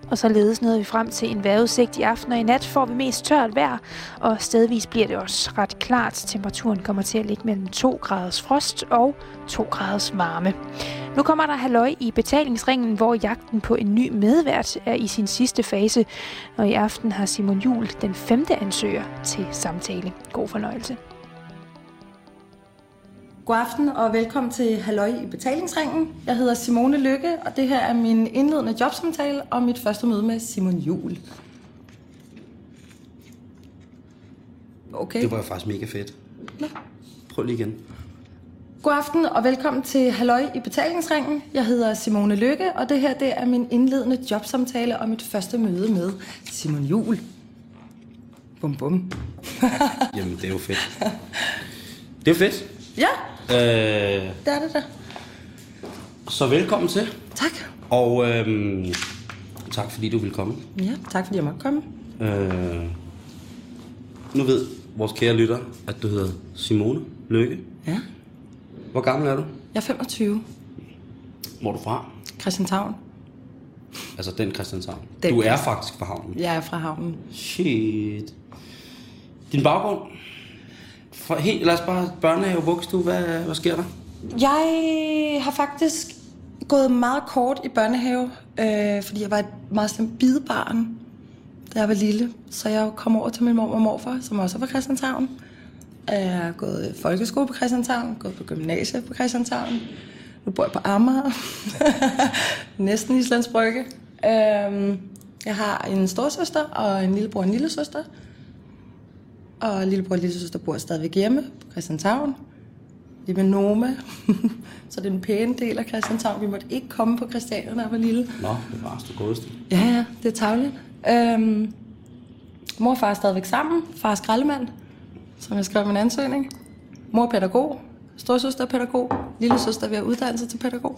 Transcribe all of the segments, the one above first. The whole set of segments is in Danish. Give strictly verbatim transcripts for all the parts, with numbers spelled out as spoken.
Og således nåede vi frem til en vejrudsigt i aften, og i nat får vi mest tørt vejr, og stedvis bliver det også ret klart. Temperaturen kommer til at ligge mellem to graders frost og to graders varme. Nu kommer der halløj i betalingsringen, hvor jagten på en ny medvært er i sin sidste fase, og i aften har Simon Juhl den femte ansøger til samtale. God fornøjelse. God aften og velkommen til halløj i betalingsringen. Jeg hedder Simone Lykke, og det her er min indledende jobsamtale og mit første møde med Simon Juhl. Okay. Det var faktisk mega fedt. Nå. Prøv lige igen. God aften og velkommen til halløj i betalingsringen. Jeg hedder Simone Lykke, og det her det er min indledende jobsamtale og mit første møde med Simon Juhl. Bum bum. Jamen, det er jo fedt. Det er fedt. Ja, øh, det er det da. Så velkommen til. Tak. Og øhm, tak fordi du vil komme. Ja, tak fordi jeg måtte komme. Øh, nu ved vores kære lytter, at du hedder Simone Lykke. Ja. Hvor gammel er du? Jeg er femogtyve. Hvor er du fra? Christianshavn. Altså den Christianshavn. Den du er faktisk fra havnen. Jeg er fra havnen. Shit. Din baggrund? For helt, lad os bare børnehave, vuggestue, hvad, hvad sker der? Jeg har faktisk gået meget kort i børnehave, øh, fordi jeg var et meget slemt bidebarn, da jeg var lille. Så jeg kom over til min mor og morfar, som også var fra Christianshavn. Jeg har gået i folkeskole på Christianshavn, gået på gymnasiet på Christianshavn. Nu bor jeg på Amager. Næsten Islands Brygge. Øh, jeg har en storsøster og en lillebror og en lillesøster. Og lillebror og lillesøster bor stadigvæk hjemme på Christianshavn. Lige med Noma. Så det er en pæne del af Christianshavn. Vi måtte ikke komme på Christiania, da jeg var lille. Nå, det var det godeste. Ja, ja, det er tarveligt. Øhm, mor og far er stadigvæk sammen. Far er skraldemand, som jeg skrev min ansøgning. Mor er pædagog. Storsøster er pædagog. Lillesøster er ved at uddanne sig til pædagog.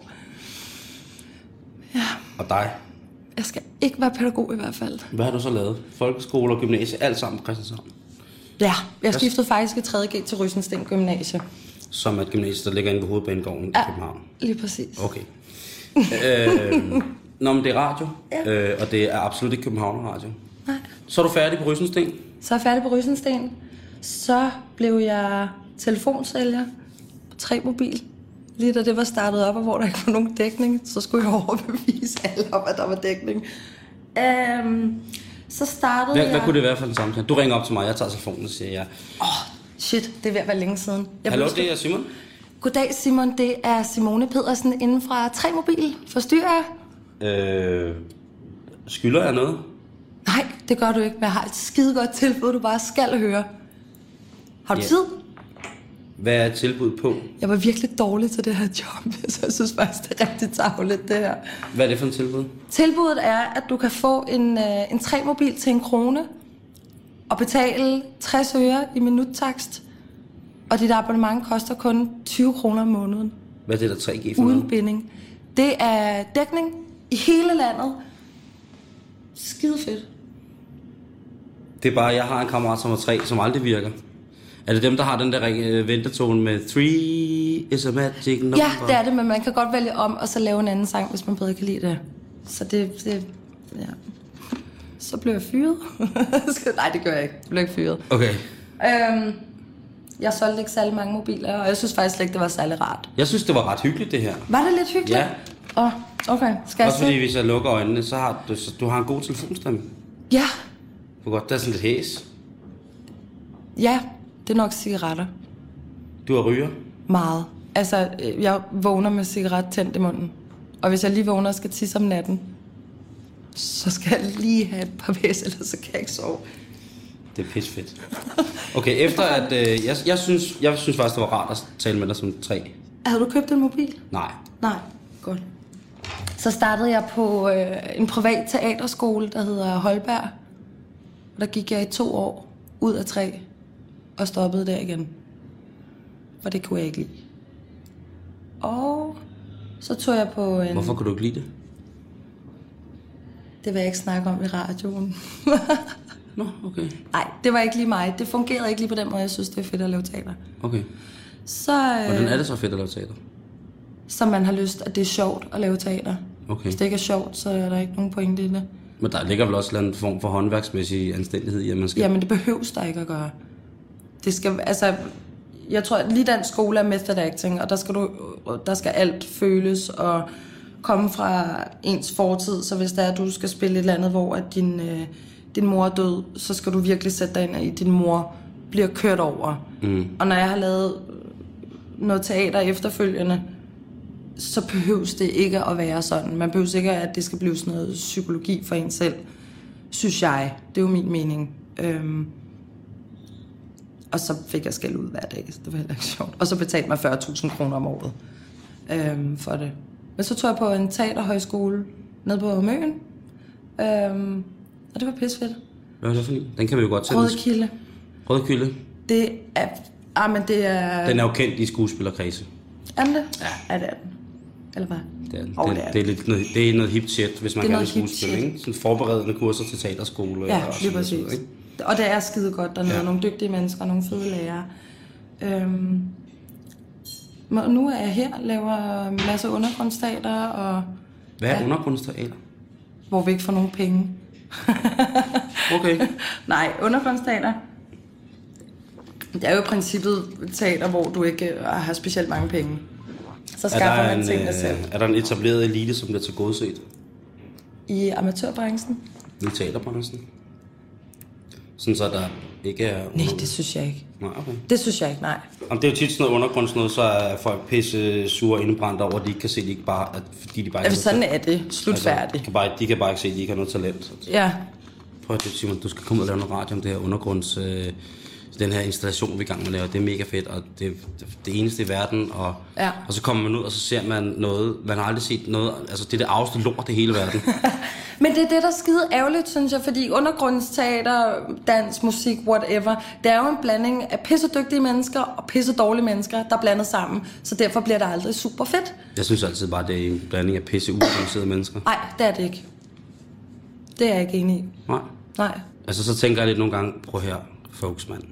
Ja. Og dig? Jeg skal ikke være pædagog i hvert fald. Hvad har du så lavet? Folkeskole og gymnasie, alt sammen på Christianshavn? Ja, jeg skiftede faktisk i tredje G til Rysensten Gymnasie. Som er et gymnasie, der ligger inde ved Hovedbanegården ja, i København? Lige præcis. Okay. øh, Nå, men det er radio, ja. øh, og det er absolut ikke København Radio. Nej. Så er du færdig på Rysensten? Så er jeg færdig på Rysensten. Så blev jeg telefonsælger på tre mobil. Lige da det var startet op, og hvor der ikke var nogen dækning, så skulle jeg overbevise alle om, at der var dækning. Øhm, så startede hvad, jeg... Hvad kunne det være for en samtale? Du ringer op til mig, jeg tager telefonen og siger, ja. Åh, oh, shit, det er ved at være længe siden. Jeg Hallo, det er Simon. Goddag Simon, det er Simone Pedersen inden fra tre mobil. Forstyrrer jeg? Øh, skylder jeg noget? Nej, det gør du ikke, men jeg har et skidegodt tilbud, du bare skal høre. Har du ja. tid? Hvad er tilbud på? Jeg var virkelig dårlig til det her job, så jeg synes faktisk, det er rigtig tarveligt, det her. Hvad er det for en tilbud? Tilbuddet er, at du kan få en, øh, en tre mobil til en krone og betale tres øre i minuttakst. Og dit abonnement koster kun tyve kroner om måneden. Hvad er det der tre G for uden noget? binding. Det er dækning i hele landet. Skide fedt. Det er bare, jeg har en kammerat, som er tre, som aldrig virker. Er det dem, der har den der øh, ventetone med three is a magic number? Ja, det er det, men man kan godt vælge om og så lave en anden sang, hvis man bedre kan lide det. Så det... det ja. Så blev jeg fyret. Nej, det gør jeg ikke. Jeg blev ikke fyret. Okay. Øhm, jeg solgte ikke særlig mange mobiler, og jeg synes faktisk ikke, det var særlig rart. Jeg synes, det var ret hyggeligt, det her. Var det lidt hyggeligt? Ja. Åh, oh, okay. Skal jeg Også se? fordi, hvis jeg lukker øjnene, så har du, så du har en god telefonstemme. Ja. Du godt, der er sådan lidt hæs. Ja, det er nok cigaretter. Du har ryger? Meget. Altså, jeg vågner med cigaret tændt i munden. Og hvis jeg lige vågner og skal tisse om natten, så skal jeg lige have et par væs, ellers så kan jeg ikke sove. Det er pissefedt. Okay, efter at... Øh, jeg, jeg, synes, jeg synes faktisk, det var rart at tale med dig som tre. Havde du købt en mobil? Nej. Nej, godt. Så startede jeg på øh, en privat teaterskole, der hedder Holberg. Der gik jeg i to år ud af tre, og stoppede der igen. For det kunne jeg ikke lide. Og så tog jeg på en... Hvorfor kunne du ikke lide det? Det vil jeg ikke snakke om i radioen. Nå, okay. Nej, det var ikke lige mig. Det fungerede ikke lige på den måde, jeg synes, det er fedt at lave teater. Okay. Så, øh, Hvordan er det så fedt at lave teater? Så man har lyst, at det er sjovt at lave teater. Okay. Hvis det ikke er sjovt, så er der ikke nogen pointe i det. Men der ligger vel også en form for håndværksmæssig anstændighed i, at man skal... Jamen, det behøves der ikke at gøre. Det skal, altså... Jeg tror, at lige den skole er method acting, og der skal, du, der skal alt føles og komme fra ens fortid. Så hvis det er, at du skal spille et eller andet, hvor at din, øh, din mor er død, så skal du virkelig sætte dig ind i, at din mor bliver kørt over. Mm. Og når jeg har lavet noget teater efterfølgende, så behøves det ikke at være sådan. Man behøver ikke, at det skal blive sådan noget psykologi for en selv, synes jeg. Det er jo min mening. Øhm, og så fik jeg skæld ud hver dag, så det var heller ikke sjovt. Og så betalte mig fyrre tusind kroner om året øhm, for det. Men så tog jeg på en teaterhøjskole nede på Møn, øhm, og det var pissefedt. Hvad var det for en? Den kan vi jo godt tage. Rødkilde. Rødkilde? Det er... Ah, men det er... Den er jo kendt i skuespillerkredse. Er det? Ja. Er det den? Eller hvad? Det er, oh, det, det, er det. Er lidt noget, det er noget hip shit, hvis man gerne vil skuespille, ikke? Sådan forberedende kurser til teaterskole. Ja, og lige præcis. Noget, og det er skide godt dernede. Ja. Nogle dygtige mennesker, nogle fede lærere. Øhm, nu er jeg her, laver en masse undergrundsteater. Og, hvad er ja, undergrundsteater? Hvor vi ikke får nogen penge. Okay. Nej, undergrundsteater. Det er jo i princippet teater, hvor du ikke har specielt mange penge. Så skaffer man en, tingene selv. Er der en etableret elite, som bliver tilgodeset? I amatørbranchen? I teaterbranchen? Sådan så der ikke er... Under... Nej, det synes jeg ikke. Nej, okay. Det synes jeg ikke, nej. Om det er jo tit sådan noget undergrundsnød, så er folk pisse sure indebrændte over, at de ikke kan se, de ikke bare... At, fordi de bare ja, sådan er det. Slutfærdigt. Altså, de, kan bare, de kan bare ikke se, at de ikke har noget talent. Ja. Prøv at Simon, du skal komme ud og lave noget radio om det her undergrunds... Øh, den her installation, vi er i gang med at lave, det er mega fedt, og det er det eneste i verden, og, ja. og så kommer man ud, og så ser man noget, man har aldrig set noget, altså det er det arveste lort i hele verden. Men det er det, der er skide ærgerligt, synes jeg, fordi undergrundsteater, dans, musik, whatever, det er jo en blanding af pissedygtige mennesker og pissedårlige mennesker, der er blandet sammen, så derfor bliver det aldrig super fedt. Jeg synes altid bare, det er en blanding af pisse uorganiserede mennesker. Nej, det er det ikke. Det er jeg ikke enig i. Nej? Nej. Altså så tænker jeg lidt nogle gange, prøv her, folks, mand.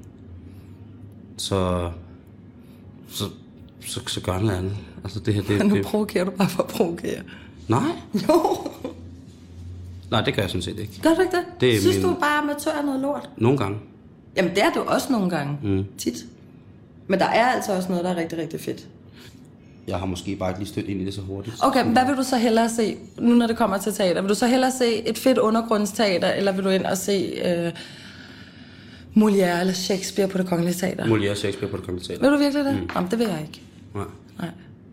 Så, så, så, så gør noget andet. Altså det her, det, nu det... provokerer du bare for at provokere. Nej. Jo. Nej, det gør jeg sådan set ikke. Gør du ikke det? det Synes min... du bare, at amatør er noget lort? Nogle gange. Jamen det er det jo også nogle gange. Mm. Tit. Men der er altså også noget, der er rigtig, rigtig fedt. Jeg har måske bare ikke lige stødt ind i det så hurtigt. Okay, men hvad vil du så hellere se, nu når det kommer til teater? Vil du så hellere se et fedt undergrundsteater, eller vil du ind og se... Øh... Molière eller Shakespeare på Det Kongelige Teater? Molière og Shakespeare på Det Kongelige Teater. Vil du virkelig det? Mm. Jamen, det vil jeg ikke. Nej. Nej.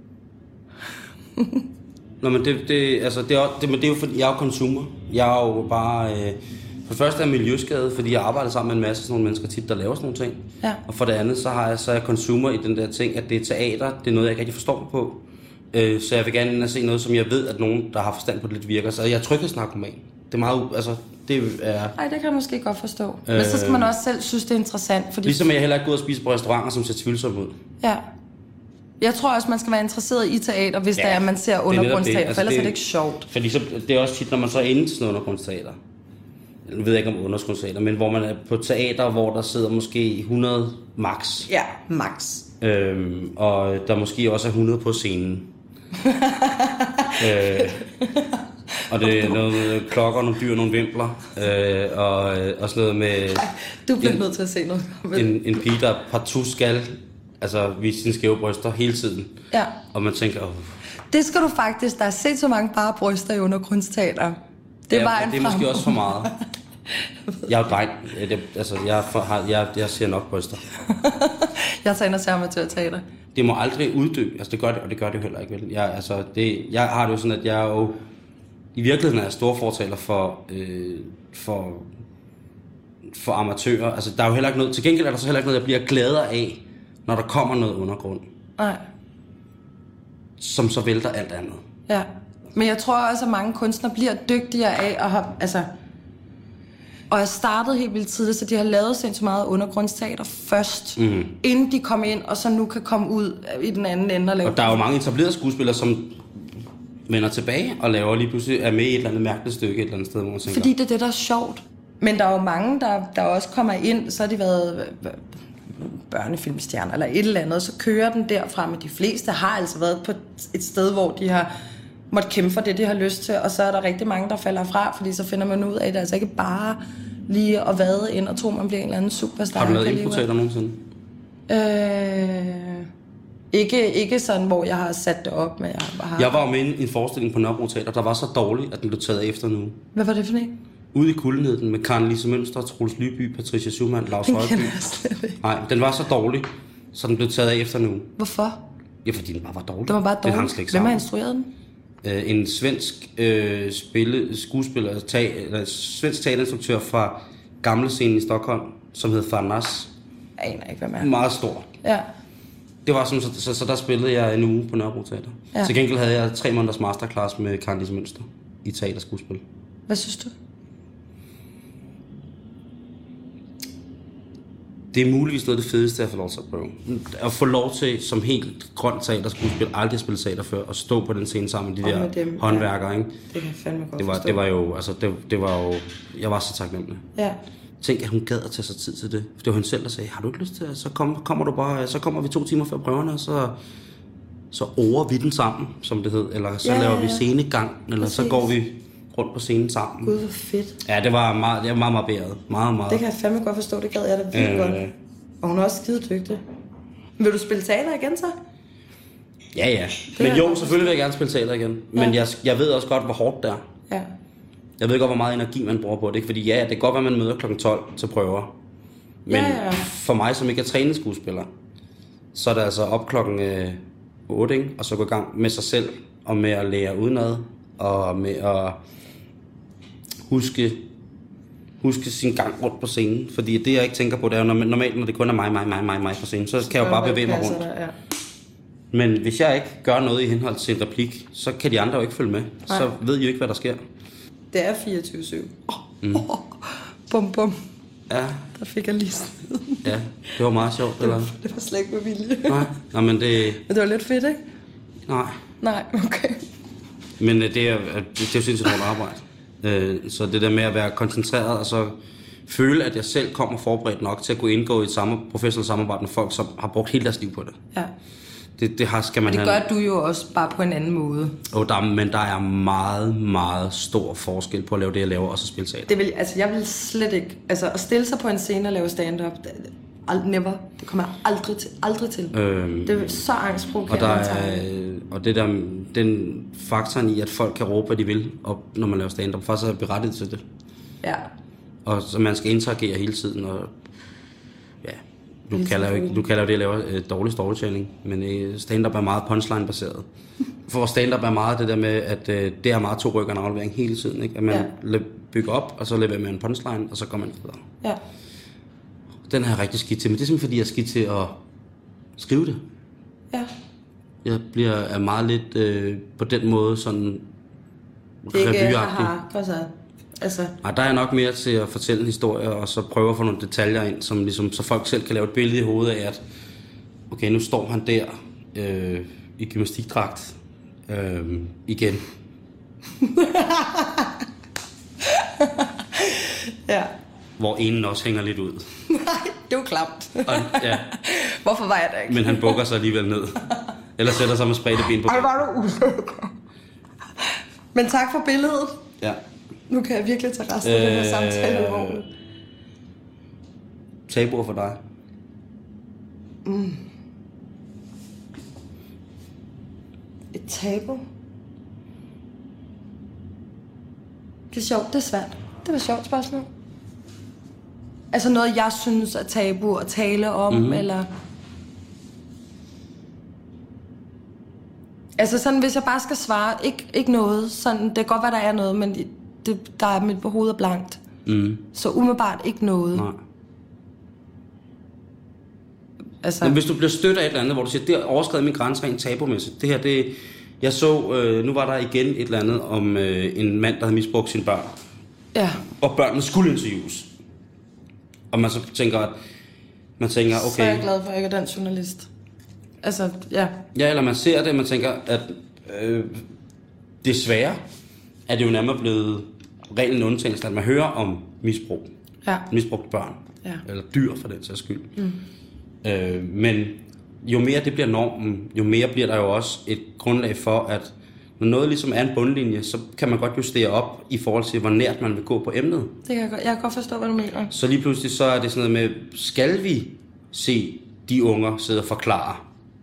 Nå, men det, det, altså, det, er, det, men det er jo fordi, jeg er jo consumer. Jeg er jo bare... Øh, for det første er jeg miljøskadet, fordi jeg arbejder sammen med en masse sådan nogle mennesker tit, der laver sådan nogle ting. Ja. Og for det andet, så, har jeg, så er jeg consumer i den der ting, at det er teater. Det er noget, jeg ikke rigtig forstår mig på. Øh, så jeg vil gerne ind og se noget, som jeg ved, at nogen, der har forstand på det, lidt virker. Så jeg er tryghedsnarkoman. Det er meget... Altså, det er... Ej, det kan jeg måske godt forstå. Øh, Men så skal man også selv synes, det er interessant. Fordi... Ligesom jeg heller ikke går ud og spise på restauranter, som ser tvivlsomt ud. Ja. Jeg tror også, man skal være interesseret i teater, hvis ja, der er, man ser undergrundsteater, altså, for ellers det, er det ikke sjovt. Fordi så, det er også tit, når man så er inde til sådan undergrundsteater. Nu ved jeg ikke om undergrundsteater, men hvor man er på teater, hvor der sidder måske hundrede max. Ja, max. Øhm, og der måske også er hundrede på scenen. øh, og det er noget klokker, nogle dyr, nogle vimpler, øh, og, og sådan noget med... Ej, du bliver en, nødt til at se noget. En, en pige, der partout skal altså, vise sine skæve bryster hele tiden. Ja. Og man tænker... Oh. Det skal du faktisk... Der er set så mange bare bryster i undergrundsteater. Det er ja, bare en det er måske også for meget. Jeg er jo dreng. Jeg, altså, jeg, for, jeg, jeg ser nok bryster. Jeg tager ind og ser amatørteater. Det må aldrig uddø. Altså, det gør det, og det gør det jo heller ikke. Vel? Jeg, altså, det, jeg har det jo sådan, at jeg er jo... I virkeligheden er jeg store fortaler for, øh, for, for amatører. Altså, der er jo heller ikke noget... Til gengæld er der så heller ikke noget, jeg bliver gladere af, når der kommer noget undergrund. Nej. Som så vælter alt andet. Ja. Men jeg tror også, at mange kunstnere bliver dygtigere af at have... Altså, og jeg startede helt vildt tidligt, så de har lavet sindssygt meget undergrundsteater først, mm. inden de kom ind, og så nu kan komme ud i den anden ende og lave... Og der er jo mange etablerede skuespillere, som vender tilbage og laver lige pludselig, er med i et eller andet mærkeligt stykke et eller andet sted, hvor man tænker... Fordi det er det, der er sjovt. Men der er jo mange, der, der også kommer ind, så har de været børnefilmstjerner eller et eller andet, så kører den derfra, men de fleste har altså været på et sted, hvor de har måtte kæmpe for det, de har lyst til, og så er der rigtig mange, der falder fra, fordi så finder man ud af, at det altså ikke bare lige at vade ind og tro, man bliver en eller anden superstar. Har du lavet improteater nogensinde? Øh, ikke, ikke sådan, hvor jeg har sat det op, men jeg har... Jeg var med i en forestilling på Nørrebro Teater, der var så dårlig, at den blev taget efter nu. Hvad var det for en? Ude i kuldenheden med Karen Lise Mønster, Troels Lyby, Patricia Schumann, Lars Højby. Nej, den var så dårlig, så den blev taget af efter nu. Hvorfor? Ja, fordi den bare var dårlig. Den var bare dårlig? Den hang slet ikke Hvem sammen. har instrueret den? Uh, en svensk uh, spille, skuespiller, tag, eller svensk teaterinstruktør fra Gamle Scenen i Stockholm, som hed Farnas. Jeg aner ikke, hvem er. Meget stor. Ja. Det var sådan, så, så, så der spillede jeg en uge på Nørrebro Teater. Ja. Til gengæld havde jeg tre måneders masterclass med Karen Lise Mønster i teaterskuespil. Hvad synes du? Det er muligvis noget af det fedeste, jeg får lov til at prøve. At få lov til, som helt grønt teaterskuespil, aldrig spille teater før, og stå på den scene sammen med de Og der med dem, håndværkere, ja. ikke? Det kan jeg fandme godt Det var, forstå. det var jo, altså, det, det var jo, jeg var så taknemmelig. Ja. Tænk, at hun gad at tage sig tid til det. Det var hende selv, der sagde, har du ikke lyst til det? Så kom, kommer du bare, så kommer vi to timer før prøverne, og så, så over vi den sammen, som det hed. Eller så Ja, laver ja, vi ja. scenegang, eller Præcis. så går vi rundt på scenen sammen. Gud, hvor fedt. Ja, det var meget, det var meget, meget bæret. Meget, meget. Det kan jeg fandme godt forstå, det gad jeg da vildt Øh. godt. Og hun er også skide dygtig. Vil du spille teater igen så? Ja, ja. er Men jeg jo, godt selvfølgelig vil jeg gerne spille teater igen. Men Ja. jeg, jeg ved også godt, hvor hårdt det er. Ja. Jeg ved godt, hvor meget energi man bruger på det. Ikke? Fordi ja, det kan godt være, at man møder klokken tolv til prøver. Men Ja, ja. for mig, som ikke er træningsskuespiller, så er det altså op klokken øh, otte, ikke? Og så gå i gang med sig selv, og med at lære udenad, og med at huske, huske sin gang rundt på scenen. Fordi det, jeg ikke tænker på, det er jo normalt, når det kun er mig, mig, mig, mig, mig på scenen, så kan jeg jo bare bevæge mig rundt. Der, ja. Men hvis jeg ikke gør noget i henhold til en replik, så kan de andre jo ikke følge med. Nej. Så ved I jo ikke, hvad der sker. Det er fireogtyve syv. Oh, Mm. oh, bum, bum. Ja, Der fik jeg lige sådan. ja, det var meget sjovt, eller? Det var slet ikke med vilje. Nej, nej, men det... Men det var lidt fedt, ikke? Nej, Nej, okay. men øh, det er, det, det er jo sindssygt hårdt arbejde. Øh, Så det der med at være koncentreret, og så føle, at jeg selv kommer forberedt nok til at kunne indgå i et samme, professionelt samarbejde med folk, som har brugt hele deres liv på det. Ja. Det, det har, skal man Det have... gør du jo også bare på en anden måde. Og der, men der er meget, meget stor forskel på at lave det, jeg laver, og så spille teater. Det vil, altså, jeg vil slet ikke... Altså, at stille sig på en scene og lave stand-up, det, ald- never. Det kommer jeg aldrig til. Aldrig til. Øhm, Det er så Og, angstprovokerende. der at tage. er, og det der, den faktoren i, at folk kan råbe, hvad de vil, og når man laver stand-up, faktisk er berettiget til det. Ja. Og så man skal interagere hele tiden, og ja, du kalder jo ikke, du kalder jo det, jeg laver øh, dårlig storytelling, men øh, stand-up er meget punchline-baseret. For stand-up er meget det der med, at øh, det er meget to rykker en aflevering hele tiden, ikke? At man Ja. ja. bygger op, og så leverer man en punchline, og så går man videre. Ja. Den har jeg rigtig skidt til, men det er simpelthen fordi, jeg er skidt til at skrive det. Ja. Jeg bliver er meget lidt øh, på den måde sådan Det er ikke revyagtig. haha, godt så. Altså, Nej, der er nok mere til at fortælle en historie, og så prøve at få nogle detaljer ind, som ligesom, så folk selv kan lave et billede i hovedet af, at okay, nu står han der øh, i gymnastikdragt øh, igen. ja. Hvor enen også hænger lidt ud. Nej, det var klamt. Og, ja, Hvorfor var jeg der ikke? men han bukker sig alligevel ned. Eller sætter sig med spredte ben på. Ej, var du usikker. Men tak for billedet. Ja. Nu kan jeg virkelig tage resten af øh... den her samtale alvorligt. Tabuer for dig. Mm. Et tabu? Det er sjovt, det er svært. Det var et sjovt spørgsmål. Altså noget, jeg synes er tabu at tale om, mm-hmm. eller... Altså sådan, hvis jeg bare skal svare, ikke, ikke noget. Sådan, det kan godt være, der er noget, men det, der er mit hoved er blankt. Mm. Så umiddelbart ikke noget. Nej. Altså, Men hvis du bliver stødt af et eller andet, hvor du siger, det har overskredet min grænse rent tabumæssigt. Det her, det... Jeg så, øh, nu var der igen et eller andet om øh, en mand, der havde misbrugt sine børn. ja. Og børnene skulle interviews. Og man så tænker, at man tænker, okay... Så er jeg glad for, at jeg ikke er den journalist. Altså, ja. Ja, eller man ser det, og man tænker, at øh, desværre er det jo nærmere blevet reglen undtagelse, at man hører om misbrug. Ja. Misbrugte børn. Ja. Eller dyr, for den sags skyld. Mm. Øh, men jo mere det bliver normen, jo mere bliver der jo også et grundlag for, at når noget ligesom er en bundlinje, så kan man godt justere op i forhold til, hvor nært man vil gå på emnet. Det kan jeg godt, jeg kan godt forstå, hvad du mener. Så lige pludselig så er det sådan noget med, skal vi se de unger sidde og forklare,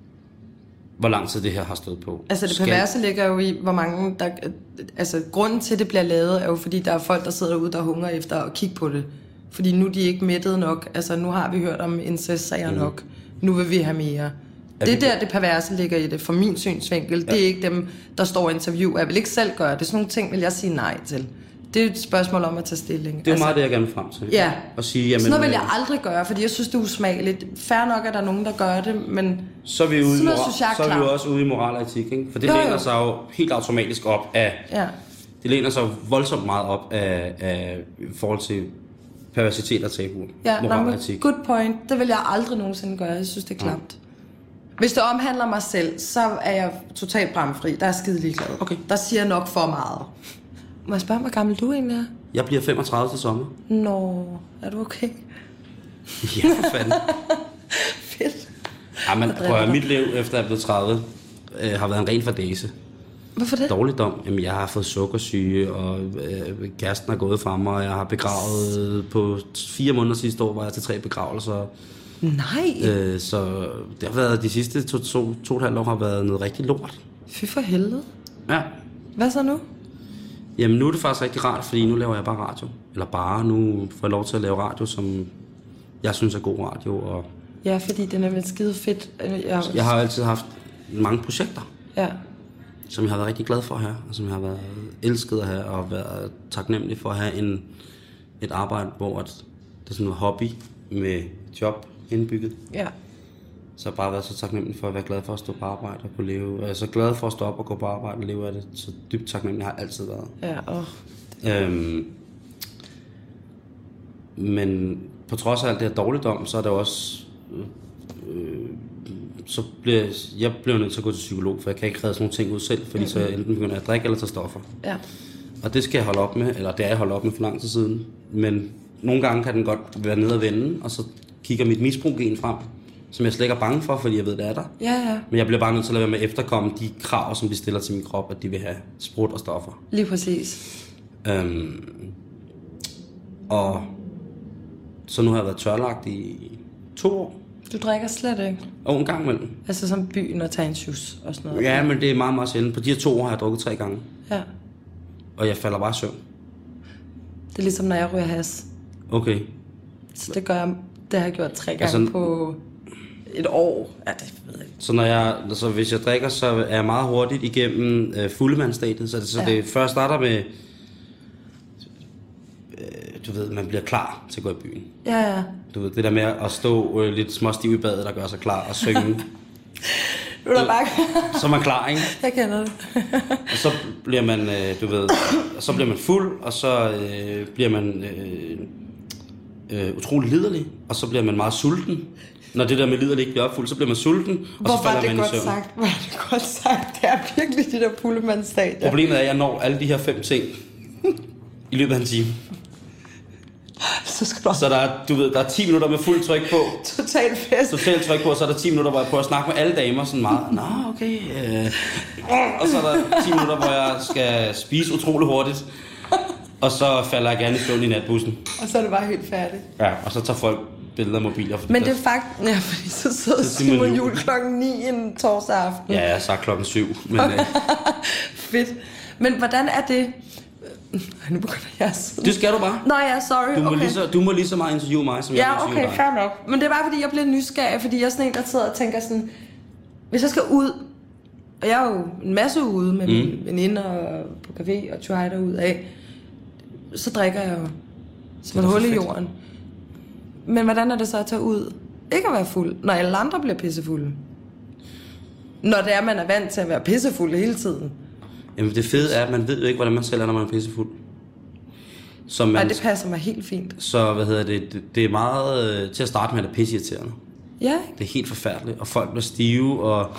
hvor lang tid det her har stået på? Altså det skal... perverse ligger jo i, hvor mange der... Altså grunden til, at det bliver lavet, er jo fordi, der er folk, der sidder derude, der hungrer efter at kigge på det. Fordi nu er de ikke mættet nok. Altså nu har vi hørt om incestsager mm. nok. Nu vil vi have mere. Er det vi... der, det perverse ligger i det, fra min synsvinkel. Ja. Det er ikke dem, der står og interviewer. Jeg vil ikke selv gøre det. Sådan nogle ting vil jeg sige nej til. Det er et spørgsmål om at tage stilling. Det er altså, meget det, jeg gerne vil frem til. Ja. Og sige, jamen, sådan noget vil jeg aldrig gøre, fordi jeg synes, det er usmageligt. Fair nok, at der er nogen, der gør det, men så er vi, ude noget, moral, så er vi jo også ude i moral og etik, ikke? For det jo, læner jo. sig jo helt automatisk op af... Ja. Det læner sig voldsomt meget op af, af forhold til perversitet og tabu. Ja, moral no, og etik. Good point. Det vil jeg aldrig nogensinde gøre. Jeg synes, det er klamt. Ja. Hvis det omhandler mig selv, så er jeg totalt bramfri. Der er skide ligeglad. Okay. Der siger jeg nok for meget. Må jeg spørge, hvor gammel du egentlig er? Jeg bliver femogtredive til sommer. Nå, er du okay? Ja, for fanden. Fedt. Ja, men prøv at mit liv, efter jeg er blevet tredive, øh, har været en ren fordæse. Hvorfor det? Dårligdom. Jamen, jeg har fået sukkersyge, og øh, kæresten er gået fra mig, og jeg har begravet på fire måneder sidste år, var jeg til tre begravelser. Nej. Øh, så det har været, de sidste to, to, to og et halvt år har været noget rigtig lort. Fy for helvede. Ja. Hvad så nu? Jamen, nu er det faktisk rigtig rart, fordi nu laver jeg bare radio. Eller bare, nu får jeg lov til at lave radio, som jeg synes er god radio. Og ja, fordi det er nemlig skide fedt. Jeg, jeg har altid haft mange projekter. Ja. Som jeg har været rigtig glad for at have, og som jeg har været elsket at have, og været taknemmelig for at have en, et arbejde, hvor det er sådan en hobby med job indbygget. Ja. Så jeg har bare været så taknemmelig for at være glad for at stå på arbejde og kunne leve. Jeg er så glad for at stå op og gå på arbejde og leve af det. Så dybt taknemmelig har jeg altid været. Ja, åh. Øhm, men på trods af alt det her dårligdom, så er det også... Øh, så bliver jeg, jeg bliver nødt til at gå til psykolog, for jeg kan ikke redde sådan nogle ting ud selv, fordi mm-hmm. så jeg enten begynder at drikke eller tage stoffer. Ja. Og det skal jeg holde op med, eller det er jeg holdt op med for lang tid siden. Men nogle gange kan den godt være nede og vende, og så kigger mit misbruggen frem, som jeg slet ikke er bange for, fordi jeg ved, det er der. Ja, ja. Men jeg bliver bare nødt til at lade være med at efterkomme de krav, som de stiller til min krop, at de vil have sprut og stoffer. Lige præcis. Øhm, og så nu har jeg været tørlagt i to år. Du drikker slet ikke? Og en gang imellem. Altså som byen og tage en shoes og sådan noget? Ja, men det er meget, meget sjældent. På de her to år har jeg drukket tre gange. Ja. Og jeg falder bare i søvn. Det er ligesom, når jeg ryger has. Okay. Så det gør jeg, det har jeg gjort tre gange altså, på et år. Ja, det ved jeg ikke. Så, når jeg, så hvis jeg drikker, så er jeg meget hurtigt igennem øh, fuldemandsstadiet. Så, så ja. Det først starter med, øh, du ved, man bliver klar til at gå i byen. Ja, ja. Du ved, det der med at stå øh, lidt småstiv i badet, der gør sig klar og synge. Du er bare... Så er man klar, ikke? Jeg kender det. Og så bliver man, øh, du ved, så bliver man fuld, og så øh, bliver man øh, øh, utrolig liderlig, og så bliver man meget sulten. Når det der med liderlig ikke bliver opfuldt, så bliver man sulten, og hvor så falder man i søvn. Hvor var det godt sagt, hvor var det godt sagt. Det er virkelig det der pullemandsstadie. Problemet er, at jeg når alle de her fem ting i løbet af en time. Så, skal du... så der er, du ved, der er ti minutter med fuld tryk på. Total fest. Total tryk på, og så er der ti minutter, hvor jeg prøver at snakke med alle damer sådan meget. Nå, okay. Øh. Og så er der ti minutter, hvor jeg skal spise utrolig hurtigt. Og så falder jeg gerne i søvn i natbussen. Og så er det bare helt færdigt. Ja, og så tager folk billeder af mobiler. Men det er faktisk... Ja, fordi så sidder Simon Jul klokken ni en torsdag aften. Ja, jeg sagde klokken syv. Men, øh... Fedt. Men hvordan er det... Nu begynder jeg sådan. Det skal du bare. Nå ja, sorry. Du må, okay. lige, så, du må lige så meget interviewe mig, som ja, jeg interviewe okay, dig. fair nok. Men det er bare fordi, jeg bliver nysgerrig, fordi jeg er sådan en, der sidder og tænker sådan, hvis jeg skal ud, og jeg er jo en masse ude med mm. mine veninder og på café og try ud af, så drikker jeg jo som et hul i jorden. Men hvordan er det så at tage ud? Ikke at være fuld, når alle andre bliver pissefulde. Når det er, man er vant til at være pissefuld hele tiden. Jamen det fede er, at man ved jo ikke, hvordan man selv er, når man er pissefuld. Så man, Nej, det passer mig helt fint. Så hvad hedder det, det, det er meget, øh, til at starte med, at det er pisseirriterende. Ja. Det er helt forfærdeligt, og folk bliver stive, og,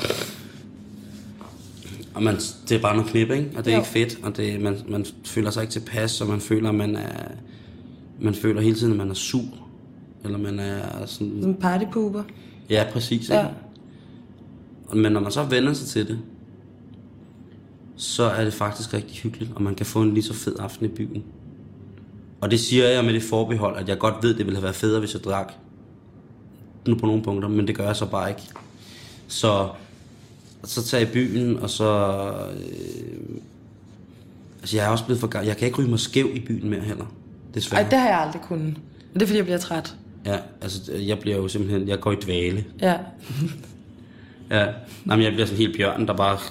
og man, det er bare noget knip, ikke? Og det er jo. Ikke fedt, og det, man, man føler sig ikke tilpas, og man føler, at man er, man føler hele tiden, at man er sur. Eller man er sådan... Som partypooper. Ja, præcis, ikke? Ja. Men når man så vender sig til det, så er det faktisk rigtig hyggeligt, og man kan få en lige så fed aften i byen. Og det siger jeg med det forbehold, at jeg godt ved, det ville have været federe, hvis jeg drak nu på nogle punkter, men det gør jeg så bare ikke. Så, så tager jeg i byen, og så... Øh, altså, jeg er også blevet for gammel. Jeg kan ikke ryge mig skæv i byen mere heller, desværre. Ej, det har jeg aldrig kunnet. Men det er, fordi jeg bliver træt. Ja, altså, jeg bliver jo simpelthen... Jeg går i dvale. Ja. Ja, nej, men jeg bliver sådan helt bjørn, der bare...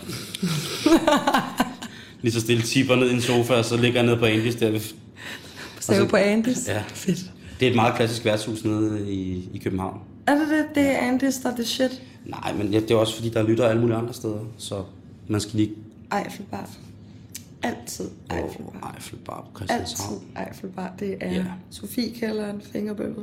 lige så stille tipper ned i en sofa, og så ligger jeg nede på Andis der. Save på Andis? Ja. Fedt. Det er et meget klassisk værtshus nede i, i København. Er det det? Det er Andis, der er det shit? Nej, men ja, det er også fordi, der lytter alle mulige andre steder, så man skal lige... Eiffelbar. Altid Eiffelbar. Oh, Eiffelbar på Christianshavn. Altid Eiffelbar. Det er ja. Sofiekælderen, Fingerbøllet.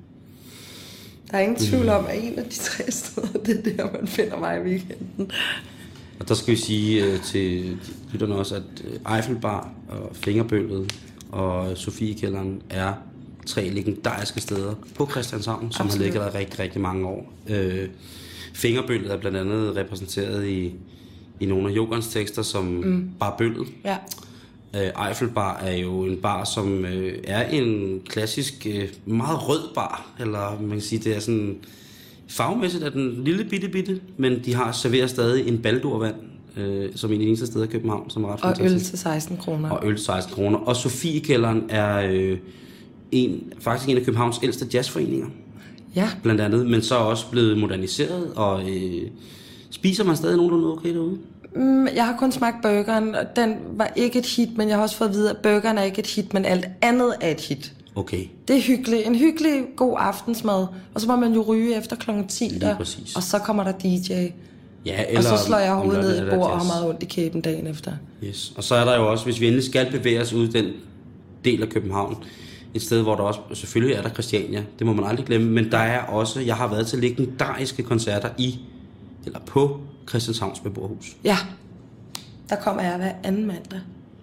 Der er ingen tvivl om, at en af de tre steder, det er der, man finder mig i weekenden. Og der skal vi sige uh, til lytterne også, at uh, Eiffelbar og Fingerbøllet og Sofiekælderen er tre legendariske steder på Christianshavn, som Absolut. har ligget der rigtig, rigtig mange år. Uh, Fingerbøllet er blandt andet repræsenteret i, i nogle af Jokerens tekster som mm. Bar Bøllet. Ja. Uh, Eiffelbar er jo en bar, som uh, er en klassisk, uh, meget rød bar, eller man kan sige, det er sådan... Fagmæssigt er den lille bitte bitte, men de har serveret stadig en baldurvand, øh, som en af de eneste steder i København, som er ret og fantastisk. Øl til seksten kroner. Og øl til seksten kroner. Og Sofiekælderen er øh, en, faktisk en af Københavns ældste jazzforeninger. Ja. Blandt andet, men så også blevet moderniseret, og øh, spiser man stadig nogenlunde okay derude? Mm, jeg har kun smagt burgeren, og den var ikke et hit, men jeg har også fået at vide, at burgeren er ikke et hit, men alt andet er et hit. Okay. Det er hyggeligt. En hyggelig, god aftensmad. Og så må man jo ryge efter klokken ti der, og så kommer der D J. Ja, eller og så slår jeg hovedet ned i et bord og har meget ondt i kæben dagen efter. Yes. Og så er der jo også, hvis vi endelig skal bevæge os ud i den del af København, et sted, hvor der også, selvfølgelig er der Christiania, det må man aldrig glemme, men der er også, jeg har været til legendariske koncerter i, eller på Christianshavns beboerhus. Ja, der kommer jeg hver anden mandag.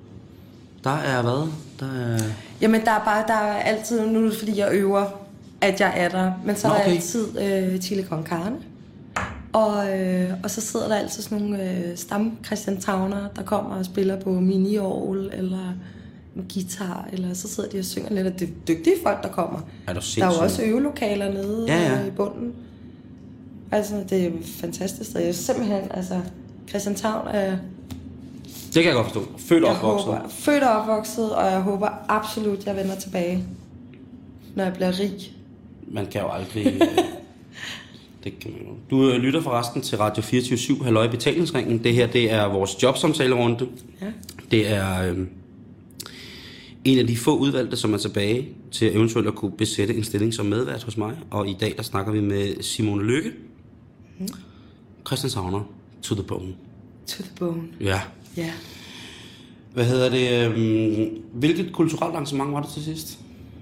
Der er hvad? Der er... Jamen, der er bare, der er altid, nu fordi jeg øver, at jeg er der, men så Nå, okay. er der altid øh, chili con carne. Og, øh, og så sidder der altid sådan nogle øh, stam Christianshavner, der kommer og spiller på mini-orgel, eller en guitar, eller så sidder de og synger lidt, og det er dygtige folk, der kommer. Er der, der er jo også øvelokaler nede ja, ja. i bunden. Altså, det er fantastisk. Jeg er simpelthen, altså, Christianshavn er... Det kan jeg godt forstå. Født og opvokset. Håber, født og opvokset, og jeg håber absolut, at jeg vender tilbage, når jeg bliver rig. Man kan jo aldrig... det kan man jo. Du lytter forresten til Radio fireogtyve syv, Halløj Betalingsringen. Det her, det er vores jobsamtalerunde. Ja. Det er øh, en af de få udvalgte, som er tilbage til eventuelt at kunne besætte en stilling som medvært hos mig. Og i dag, der snakker vi med Simone Lykke. Mm. Christianshavner, to the bone. To the bone. Ja. Ja. Hvad hedder det? Øh, hvilket kulturelt arrangement var det til sidst?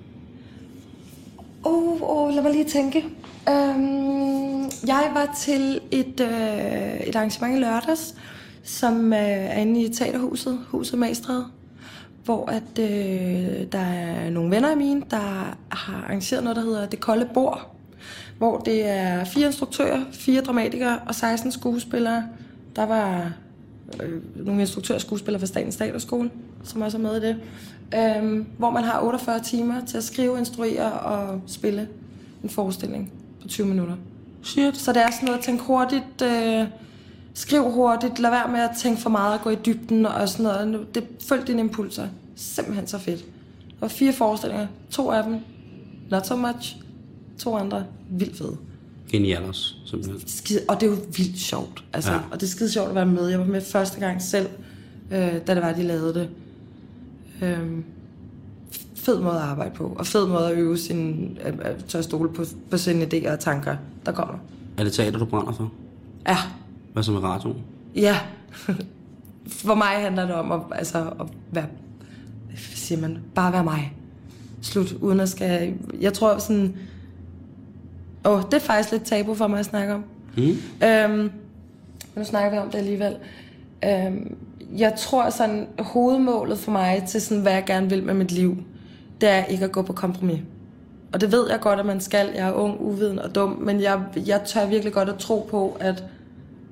Åh, oh, oh, lad mig lige tænke. Um, jeg var til et, uh, et arrangement i lørdags, som uh, er inde i teaterhuset, Huset Magstræde, hvor at, uh, der er nogle venner af mine, der har arrangeret noget, der hedder Det Kolde Bord, hvor det er fire instruktører, fire dramatikere og seksten skuespillere. Der var øh, nogle instruktører og skuespillere fra Statens Teaterskole, som også er med i det. Øhm, hvor man har otteogfyrre timer til at skrive, instruere og spille en forestilling på tyve minutter. Shit. Så det er sådan noget at tænke hurtigt, øh, skriv hurtigt, lad være med at tænke for meget og gå i dybden og sådan noget. Det, følg dine impulser. Simpelthen så fedt. Der var fire forestillinger, to af dem not so much, to andre vildt fede. Genialt også, simpelthen. Skide, og det er jo vildt sjovt. Altså, ja. Og det er skide sjovt at være med. Jeg var med første gang selv, øh, da det var, de lavede det. Øhm, fed måde at arbejde på, og fed måde at øve sin, at, at tør stole på, på sine idéer og tanker, der kommer. Er det teater, du brænder for? Ja. Hvad så med radioen? Ja. For mig handler det om at, altså, at være, hvad siger man, bare være mig. Slut, uden at skal, jeg tror sådan, åh, oh, det er faktisk lidt tabu for mig at snakke om. Mm. Øhm, nu snakker vi om det alligevel. Øhm, jeg tror sådan, hovedmålet for mig til sådan, hvad jeg gerne vil med mit liv, det er ikke at gå på kompromis. Og det ved jeg godt, at man skal. Jeg er ung, uviden og dum, men jeg, jeg tør virkelig godt at tro på, at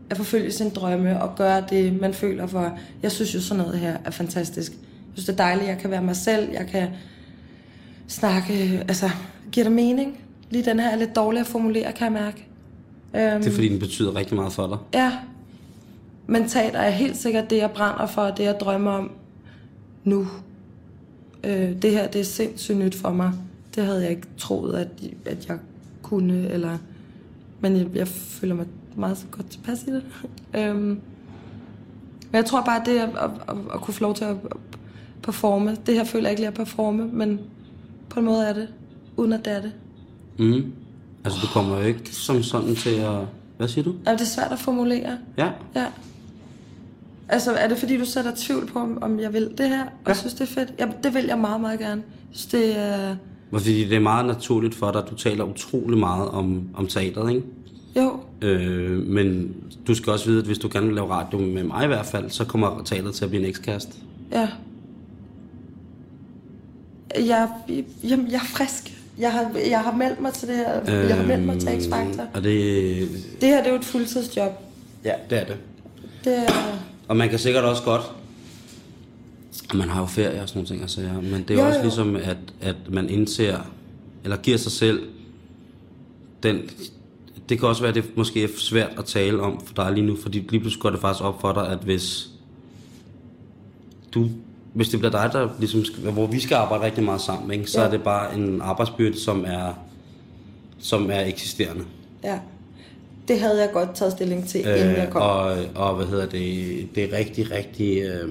at forfølge sine drømme og gøre det, man føler for. Jeg synes jo, sådan noget her er fantastisk. Jeg synes, det er dejligt, jeg kan være mig selv, jeg kan snakke, altså, giver det mening? Lige den her er lidt dårlig at formulere, kan jeg mærke. Um, det er fordi, den betyder rigtig meget for dig. Ja. Men teater er helt sikkert det, jeg brænder for, det jeg drømmer om nu. Uh, det her, det er sindssygt nyt for mig. Det havde jeg ikke troet, at, at jeg kunne, eller... Men jeg, jeg føler mig meget så godt tilpas i det. um, men jeg tror bare, det at, at, at, at kunne få lov til at performe, det her føler jeg ikke lige at performe, men på en måde er det, uden at det er det. Mm. Altså, du kommer jo ikke som sådan til at... Hvad siger du? Ja, det er svært at formulere. Ja. Ja. Altså, er det fordi, du sætter tvivl på, om, om jeg vil det her, og ja. synes, det er fedt? Ja, det vil jeg meget, meget gerne. Jeg synes, det er... Fordi det er meget naturligt for dig, at du taler utrolig meget om, om teateret, ikke? Jo. Øh, men du skal også vide, at hvis du gerne vil lave radio med mig i hvert fald, så kommer teateret til at blive en ekskæreste. Ja. Jeg, jeg, jeg er frisk. Jeg har, jeg har meldt mig til det her. Øh, jeg har meldt mig til X-Factor. Og det... Det her, det er jo et fuldtidsjob. Ja, det er det. Det er... Og man kan sikkert også godt... Man har jo ferie og sådan nogle ting at sige, men det er jo, også jo. ligesom, at, at man indser, eller giver sig selv den... Det kan også være, at det måske er svært at tale om for dig lige nu, fordi lige pludselig går det faktisk op for dig, at hvis du... Hvis det bliver dig, der ligesom skal, hvor vi skal arbejde rigtig meget sammen, ikke, så ja. Er det bare en arbejdsbyrde, som er, som er eksisterende. Ja, det havde jeg godt taget stilling til, øh, inden jeg kom. Og, og hvad hedder det, det er rigtig, rigtig, øh,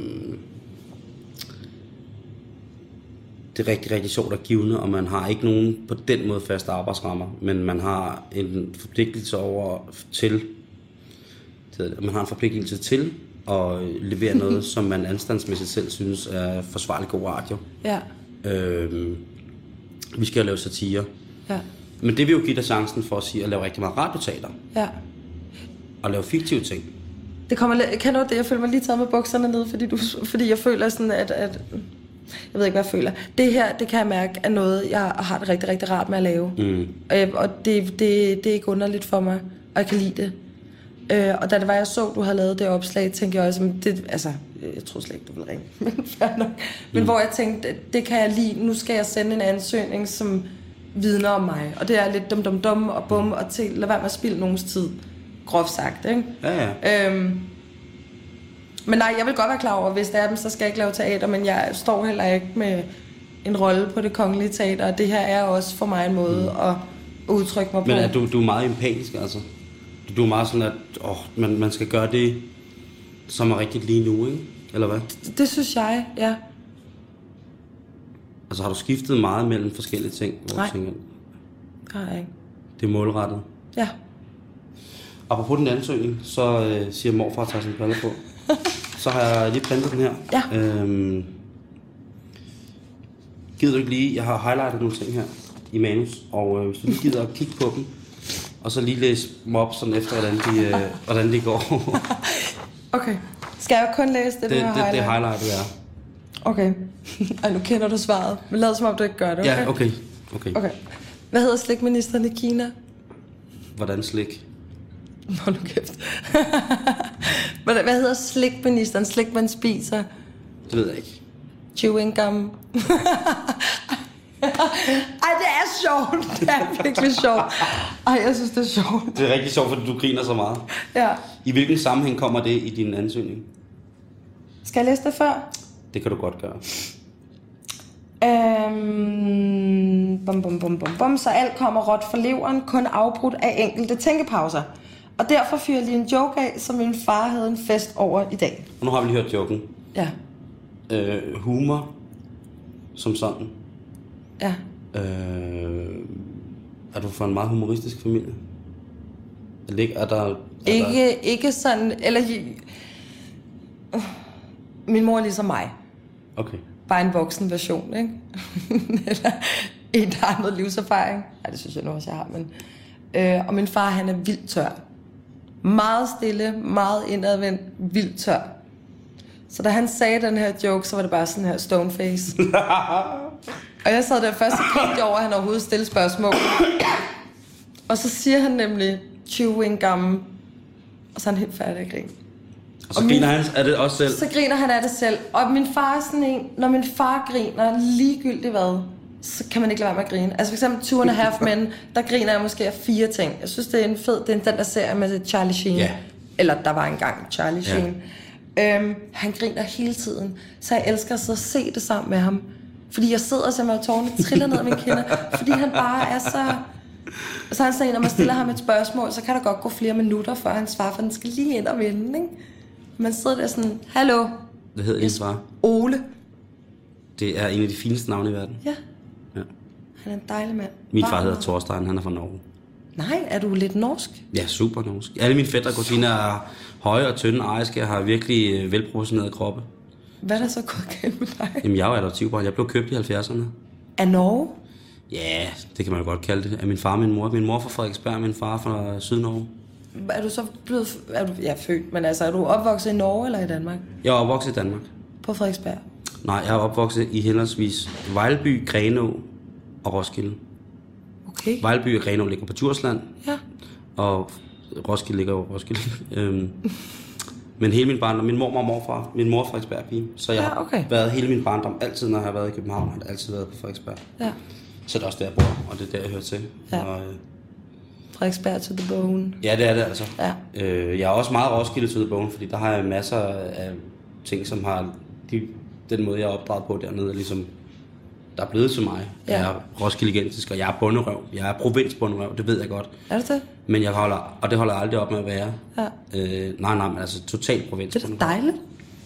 det er rigtig, rigtig sjovt og givende, og man har ikke nogen på den måde faste arbejdsrammer, men man har en forpligtelse over til, man har en forpligtelse til, og levere noget, som man anstandsmæssigt selv synes er forsvarlig god radio. Ja. Øhm, vi skal jo lave satire. Ja. Men det vil jo give dig chancen for at sige at lave rigtig meget radioteater. Ja. Og lave fiktive ting. Det kommer, kan du det? Jeg føler mig lige taget med bukserne ned, fordi, du, fordi jeg føler sådan, at, at... Jeg ved ikke, hvad jeg føler. Det her, det kan jeg mærke, er noget, jeg har det rigtig, rigtig rart med at lave. Mm. Øh, og det, det, det er ikke underligt for mig, og jeg kan lide det. Øh, og da det var, jeg så, du havde lavet det opslag, tænkte jeg også, det, altså, jeg tror slet ikke, du ville ringe, men fair nok. Men mm. hvor jeg tænkte, det kan jeg lide, nu skal jeg sende en ansøgning, som vidner om mig. Og det er lidt dum dum dum og bum, og til, lad være med at spilde nogens tid, groft sagt, ikke? Ja, ja. Øhm, men nej, jeg vil godt være klar over, hvis det er dem, så skal jeg ikke lave teater, men jeg står heller ikke med en rolle på Det Kongelige Teater, og det her er også for mig en måde mm. at udtrykke mig på. Men er du, du er meget empatisk, altså? Du er meget sådan, at åh, man, man skal gøre det, som er rigtigt lige nu, ikke? Eller hvad? Det, det synes jeg, ja. Altså har du skiftet meget mellem forskellige ting? Hvor Nej, tænker, har jeg ikke. Det er målrettet? Ja. Apropos den ansøgning, så øh, siger morfar at tage sin briller på. Så har jeg lige printet den her. Ja. Øhm, gider du ikke lige, jeg har highlightet nogle ting her i manus, og øh, hvis du lige gider at kigge på dem, og så lige læse dem op sådan efter, hvordan de, øh, hvordan de går. Okay. Skal jeg kun læse det, det, du har det, highlightet? det highlightet er. Okay. Ej, nu kender du svaret. Men lad som om du ikke gør det, okay? Ja, okay. okay. Okay. Hvad hedder slikministeren i Kina? Hvordan slik? Hold nu kæft. Hvad hedder slikministeren? Slik, man spiser? Det ved jeg ikke. Chewing gum. Ej, det er sjovt. Det er virkelig sjovt. Ej, jeg synes, det er sjovt. Det er rigtig sjovt, fordi du griner så meget. Ja. I hvilken sammenhæng kommer det i din ansøgning? Skal jeg læse det før? Det kan du godt gøre. Øhm, bum, bum, bum, bum, bum. Så alt kommer råt for leveren, kun afbrudt af enkelte tænkepauser. Og derfor fyrer jeg lige en joke af, som min far havde en fest over i dag. Og nu har vi lige hørt joken. Ja. Øh, humor som sådan. Ja. Øh, er du fra en meget humoristisk familie? Er der, er ikke, der... ikke sådan, eller... Uh, min mor er ligesom mig. Okay. Bare en voksen version, ikke? Eller en, der har noget livserfaring. Ja, det synes jeg nu også, jeg har, men... Øh, og min far, han er vildt tør. Meget stille, meget indadvendt, vildt tør. Så da han sagde den her joke, så var det bare sådan her stoneface. Og jeg sad der først og kiggede over, at han overhovedet stille spørgsmål. Og så siger han nemlig chewing gum. Og så er han helt færdig at grine. Og så og griner min, han af det også selv? Så griner han af det selv. Og min far er sådan en, når min far griner ligegyldigt hvad, så kan man ikke lade være med at grine. Altså for eksempel Two and a Half Men, der griner jeg måske af fire ting. Jeg synes, det er en fed, det er den der serie med Charlie Sheen. Yeah. Eller der var engang Charlie Sheen. Yeah. Øhm, han griner hele tiden, så jeg elsker at sidde og se det sammen med ham. Fordi jeg sidder simpelthen, og tårerne triller ned af mine kinder, fordi han bare er så... Så han siger, når man stiller ham et spørgsmål, så kan der godt gå flere minutter, før han svarer, for den skal lige ind og vende, ikke? Man sidder der sådan, hallo. Hvad hedder din svar? Ole. Det er en af de fineste navne i verden. Ja. Ja. Han er en dejlig mand. Min far hedder Thorstein, han er fra Norge. Nej, er du lidt norsk? Ja, super norsk. Alle mine fætter og kusiner er høje og tynde ariske og har virkelig velproportionerede kroppe. Hvad er der så gået galt med dig? Jamen, jeg er jo adoptivbarn. Jeg blev købt i halvfjerdserne. Af Norge? Ja, det kan man jo godt kalde det. Af min far og min mor. Min mor fra Frederiksberg, min far fra Sydnorge. Er du så blevet... Er du, ja, født, men altså, er du opvokset i Norge eller i Danmark? Jeg er opvokset i Danmark. På Frederiksberg? Nej, jeg er opvokset i henholdsvis Vejlby, Grenaa og Roskilde. Okay. Vejlby og Grenaa ligger på Djursland. Ja. Og Roskilde ligger jo Roskilde. øhm, men hele min barndom, min mor og morfar, min mor er Frederiksberg-pige. Så jeg ja, okay. har været hele min barndom, altid når jeg har været i København, har jeg altid været på Frederiksberg. Ja. Så det er også der, jeg bor, og det er der, jeg hører til. Ja. Og, øh, Frederiksberg to the bone. Ja, det er det altså. Ja. Øh, jeg er også meget Roskilde to the bone, fordi der har jeg masser af ting, som har... De, den måde, jeg er opdraget på dernede, er ligesom... Der er blevet til mig. Ja. Jeg er roskildegentisk, og jeg er bunderøv. Jeg er provinsbunderøv, det ved jeg godt. Er det det? Men jeg holder... Og det holder jeg aldrig op med at være. Ja. Øh, nej, nej, men altså totalt provinsbunderøv. Det er dejligt.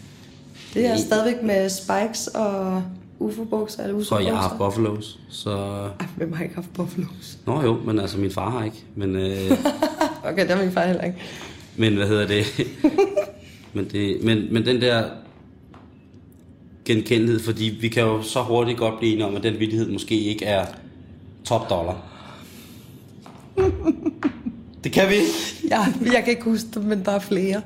Det er I... stadigvæk med spikes og U F O-bukser eller U F O-bukser. Så jeg har haft buffalos, så... Ej, hvem har ikke haft buffalos? Nå jo, men altså min far har ikke, men... Øh... Okay, det har min far heller ikke. Men hvad hedder det? men, det men, men den der genkendelighed, fordi vi kan jo så hurtigt godt blive enige om, at den vittighed måske ikke er top dollar. Det kan vi ikke. Ja, jeg kan ikke huske det, men der er flere.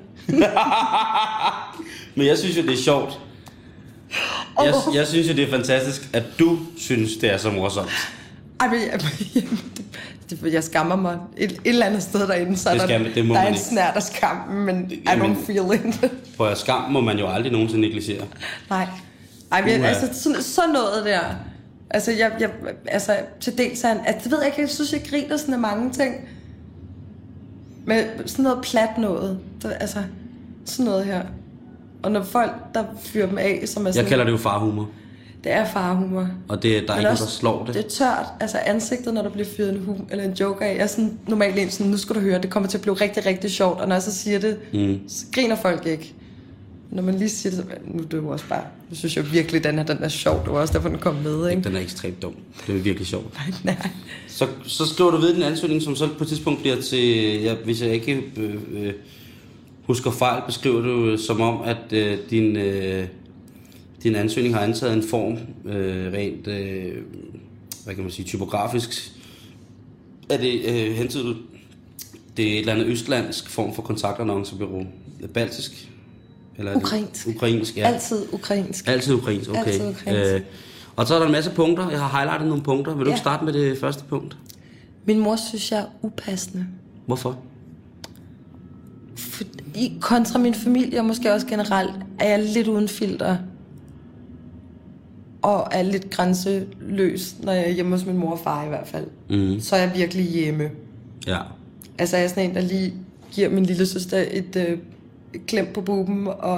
Men jeg synes jo, det er sjovt. Jeg, jeg synes jo, det er fantastisk, at du synes, det er så morsomt. Ej, men jeg, jeg, jeg skammer mig et, et eller andet sted derinde, så det skal, der, det må der er man en snært af skam, men I Jamen, don't feel it. På skam må man jo aldrig nogensinde negligere. Nej. Ej, men jeg, altså sådan, sådan noget der. Altså, jeg, jeg, altså til dels er altså, det ved jeg ikke, jeg synes, jeg griner sådan af mange ting. Med sådan noget plat noget. Der, altså, sådan noget her. Og når folk, der fyrer dem af, som er sådan... Jeg kalder det jo farhumor. Det er farhumor. Og det, der er ikke noget, der slår det. Det er tørt. Altså ansigtet, når der bliver fyret en hum eller en joke af. Jeg er sådan normalt en sådan, nu skal du høre, det kommer til at blive rigtig, rigtig sjovt. Og når jeg så siger det, mm. så griner folk ikke. Når man lige siger det, så nu er det jo også bare... Nu synes jeg virkelig, den her den er sjov. Det var også derfor, den kom med, ikke? Den er ekstremt dum. Det er virkelig sjovt. Nej, nej. Så, så skriver du ved den ansøgning, som så på et tidspunkt bliver til... Ja, hvis jeg ikke øh, øh, husker fejl, beskriver du som om, at øh, din... Øh, din ansøgning har antaget en form, øh, rent, øh, hvad kan man sige, typografisk. Er det øh, hentydet, det er et eller andet østlandsk form for kontaktannoncebureau? Baltisk? Eller ukrainsk. Ukrainsk, ja. Altid ukrainsk. Altid ukrainsk, okay. Altid ukrainsk. Øh, og så er der en masse punkter. Jeg har highlightet nogle punkter. Vil du ja. starte med det første punkt? Min mor synes, jeg er upassende. Hvorfor? For, i, kontra min familie, og måske også generelt, er jeg lidt uden filter. Og er lidt grænseløs, når jeg er hjemme hos min mor og far i hvert fald. Mm. Så er jeg virkelig hjemme. Ja. Altså jeg er sådan en, der lige giver min lille søster et, øh, et klem på buben, og...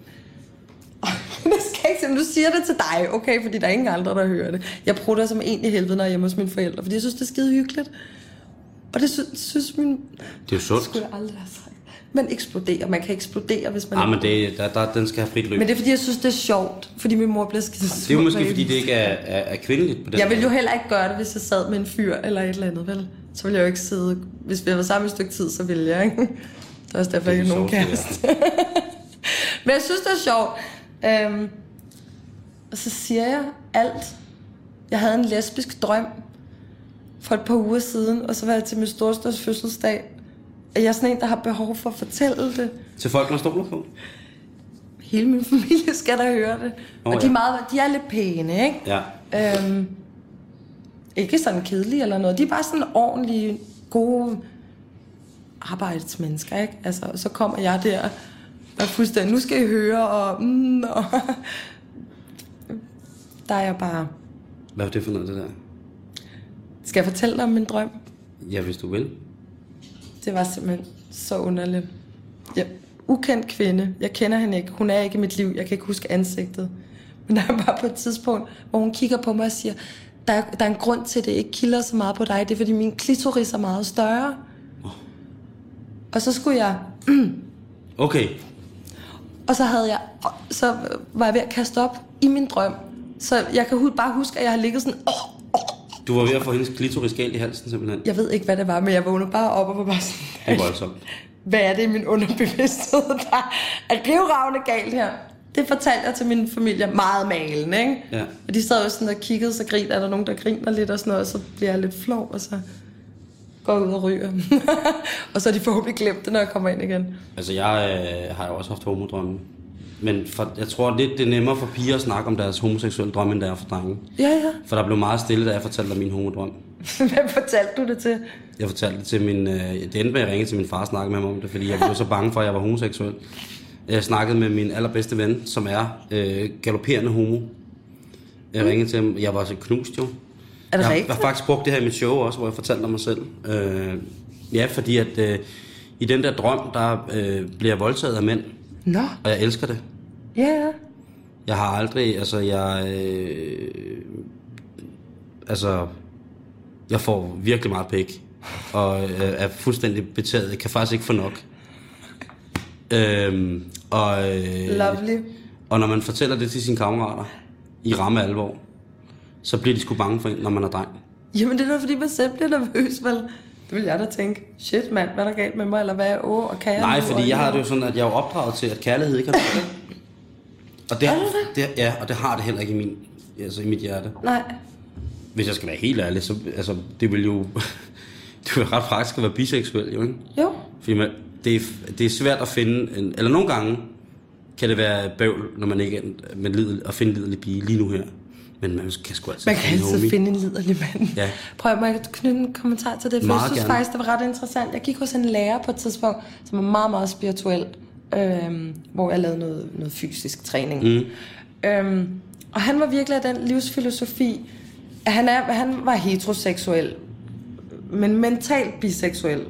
Det skal ikke, du siger det til dig, okay? Fordi der er ingen andre, der hører det. Jeg prutter som en i helvede, når jeg er hjemme hos mine forældre, fordi jeg synes, det er skide hyggeligt. Og det synes, synes min... Det er jo sundt. Det skulle jeg aldrig have sagt. Man eksploderer. Man kan eksplodere, hvis man... Ja, men det, der, der, den skal have frit løb. Men det er, fordi jeg synes, det er sjovt. Fordi min mor bliver skide sur. Det er jo måske, fordi det ikke er, er, er kvindeligt på den Jeg ville jo måde. heller ikke gøre det, hvis jeg sad med en fyr eller et eller andet, vel? Så ville jeg jo ikke sidde... Hvis vi havde været sammen et stykke tid, så ville jeg, ikke? Det er også derfor, jeg ikke er nogen kæreste. Men jeg synes, det er sjovt. Øhm, og så siger jeg alt. Jeg havde en lesbisk drøm for et par uger siden, og så var jeg til min storstørs fødselsdag. Jeg er sådan en, der har behov for at fortælle det. Til folk, man stoler på? Hele min familie skal da høre det. Oh, og de er, meget, de er lidt pæne, ikke? Ja. Øhm, ikke sådan kedelige eller noget. De er bare sådan ordentlige, gode arbejdsmennesker, ikke? Altså, så kommer jeg der og fuldstændig, nu skal I høre, og, mm, og der er jeg bare... Hvad er det for noget, det der? Skal jeg fortælle dig om min drøm? Ja, hvis du vil. Det var simpelthen så underligt. Ja, ukendt kvinde. Jeg kender hende ikke. Hun er ikke i mit liv. Jeg kan ikke huske ansigtet. Men der er bare på et tidspunkt, hvor hun kigger på mig og siger, der er, der er en grund til, at det ikke kilder så meget på dig. Det er, fordi min klitoris er meget større. Oh. Og så skulle jeg... Okay. Og så havde jeg... Så var jeg ved at kaste op i min drøm. Så jeg kan bare huske, at jeg har ligget sådan... Oh, oh. Du var ved at få hendes klitoris galt i halsen, simpelthen. Jeg ved ikke, hvad det var, men jeg vågnede bare op og var bare sådan... Det er voldsomt. Hvad er det i min underbevidsthed, der er rivravne galt her? Det fortalte jeg til min familie, meget malende, ikke? Ja. Og de sad jo sådan og kiggede, så griner, er der nogen, der griner lidt og sådan noget, og så bliver jeg lidt flov, og så går jeg ud og ryger. Og så har de forhåbentlig glemt det, når jeg kommer ind igen. Altså, jeg øh, har jo også haft homodrømme. Men for, jeg tror lidt, det er nemmere for piger at snakke om deres homoseksuelle drømme, end det er for drenge. Ja, ja. For der blev meget stille, da jeg fortalte om min homodrøm. Hvem fortalte du det til? Jeg fortalte det til min... Øh, det endte med at ringe til min far og snakke med ham om det, fordi jeg blev så bange for, at jeg var homoseksuel. Jeg snakkede med min allerbedste ven, som er øh, galopperende homo. Jeg ringede til ham. Jeg var så knust jo. Er det jeg, rigtigt? Jeg har faktisk brugt det her i mit show også, hvor jeg fortalte om mig selv. Øh, ja, fordi at øh, i den der drøm, der øh, bliver jeg voldtaget af mænd. Nå. Og jeg elsker det. Ja, yeah. Jeg har aldrig, altså jeg... Øh, altså... Jeg får virkelig meget pæk. Og øh, er fuldstændig betaget. Jeg kan faktisk ikke få nok. Øhm, og, øh, Lovely. Og når man fortæller det til sine kammerater i ramme alvor, så bliver de sgu bange for en, når man er dreng. Jamen det er noget, fordi man selv bliver nervøs, vel? Det vil jeg da tænke. Shit mand, hvad er der galt med mig, eller hvad er åh, og kan jeg... Nej, fordi jeg har det jo sådan, at jeg er opdraget til, at kærlighed ikke har det. Og det, er det det? det? Ja, og det har det heller ikke i, min, altså i mit hjerte. Nej. Hvis jeg skal være helt ærlig, så altså, det vil jo... det vil ret praktisk at være biseksuel, jo ikke? Jo. Fordi man, det, er, det er svært at finde... En, eller nogle gange kan det være bøvl, når man ikke er med lidel, at finde en liderlig pige lige nu her. Men man kan sgu altid Man kan finde altid finde en liderlig mand. Ja. Prøv at jeg knytte en kommentar til det, for Meget jeg synes gerne. faktisk, det var ret interessant. Jeg gik hos en lærer på et tidspunkt, som var meget, meget spirituel, øhm, hvor jeg lavede noget, noget fysisk træning. Mm. Øhm, og han var virkelig af den livsfilosofi, at han, er, han var heteroseksuel, men mentalt biseksuel,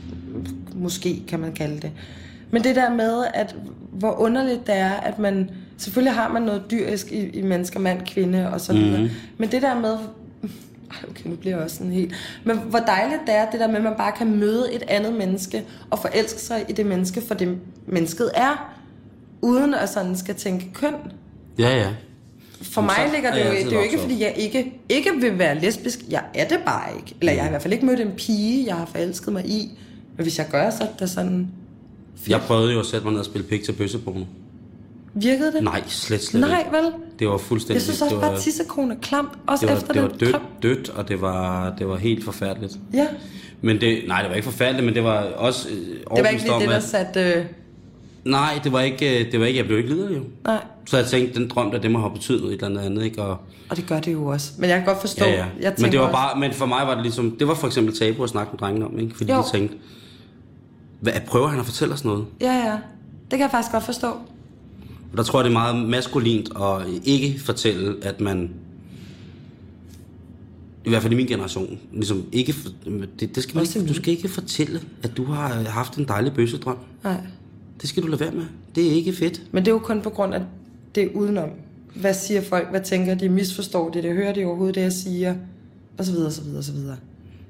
måske kan man kalde det. Men det der med, at hvor underligt det er, at man... Selvfølgelig har man noget dyrisk i, i mennesker, mand, kvinde og så videre. Mm-hmm. Men det der med... Okay, nu bliver jeg også sådan helt... Men hvor dejligt det er, det der med, at man bare kan møde et andet menneske og forelske sig i det menneske, for det mennesket er, uden at sådan skal tænke køn. Ja, ja. For mig ligger det jo... Det er jo ikke, fordi jeg ikke, ikke vil være lesbisk. Jeg er det bare ikke. Eller jeg har i hvert fald ikke mødt en pige, jeg har forelsket mig i. Men hvis jeg gør, så er det sådan... Fedt. Jeg prøvede jo at sætte mig ned og spille pik til bøsseporno. Virkede det? Nej, slet slet Nej, ikke. vel? Det var fuldstændig... Jeg synes også bare, at tissekone er klamt. Også det var, efter det var den dødt, krem. dødt, og det var, det var helt forfærdeligt. Ja. Men det, nej, det var ikke forfærdeligt, men det var også øh, det var ikke lige det, der satte... Øh... Nej, det var ikke, det var ikke, jeg blev ikke lider jo. Nej. Så jeg tænkte, den drøm der, det må have betydet et eller andet andet, ikke? Og, og det gør det jo også. Men jeg kan godt forstå. Ja, ja. Jeg men det var også... bare, men for mig var det ligesom, det var for eksempel tabu at snakke med drengene om, ikke? Fordi jo. de tænkte, hvad, prøver han at fortælle os noget? Ja, ja. Det kan jeg faktisk godt forstå. Og der tror jeg, det er meget maskulint at ikke fortælle, at man, i hvert fald i min generation, ligesom ikke, det, det skal man ikke, du skal ikke fortælle, at du har haft en dejlig bøssedrøm. Nej. Det skal du lade være med. Det er ikke fedt. Men det er jo kun på grund af det udenom. Hvad siger folk? Hvad tænker de? Misforstår de det? Hører de overhovedet det, jeg siger? Og så videre, så videre, så videre.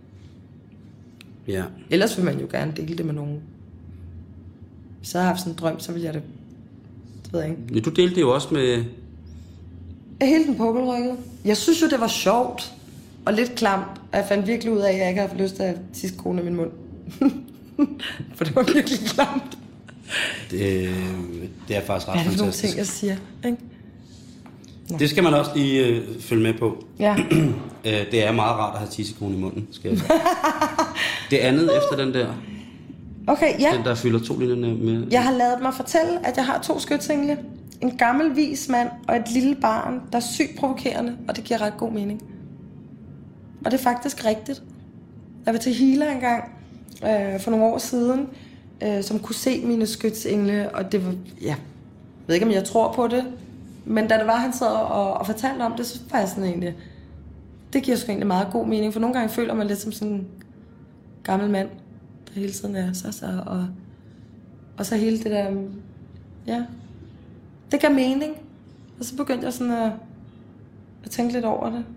Ja. Ellers vil man jo gerne dele det med nogen. Hvis jeg har haft sådan en drøm, så vil jeg det... Det ved jeg ikke. Ja, du delte det jo også med... Hele den pukkelrykket. Jeg synes jo, det var sjovt. Og lidt klamt. Og jeg fandt virkelig ud af, at jeg ikke havde lyst til at tisse kone i min mund. For det var virkelig klamt. Det, det er faktisk ret fantastisk. Hvad er det for nogle ting, jeg siger? Ikke? Det skal man også lige øh, følge med på. Ja. Det er meget rart at have tissekone i munden, skal jeg sige. Det andet efter den der... Okay, ja. Den der fylder to linjer med... Jeg har ladet mig fortælle, at jeg har to skytsengle. En gammel vis mand og et lille barn, der er sygt provokerende, og det giver ret god mening. Og det er faktisk rigtigt. Jeg var til healer engang, øh, for nogle år siden, øh, som kunne se mine skytsengle, og det var, ja, jeg ved ikke, om jeg tror på det, men da det var, han sad og, og fortalte om det, så var jeg sådan egentlig, det giver sgu egentlig meget god mening, for nogle gange føler man lidt som sådan en gammel mand, der hele tiden er så, så og, og så hele det der, ja, det gav mening, og så begyndte jeg sådan at, at tænke lidt over det.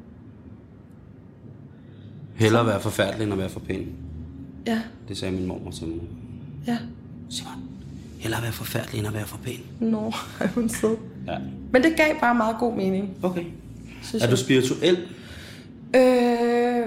Hellere være forfærdelig, end at være for pæn. Ja. Det sagde min mormor til mig. Ja. Simon, hellere være forfærdelig, end at være for pæn. Nå, er hun sød. Ja. Men det gav bare meget god mening. Okay. Synes Er jeg. du spirituel? Øh...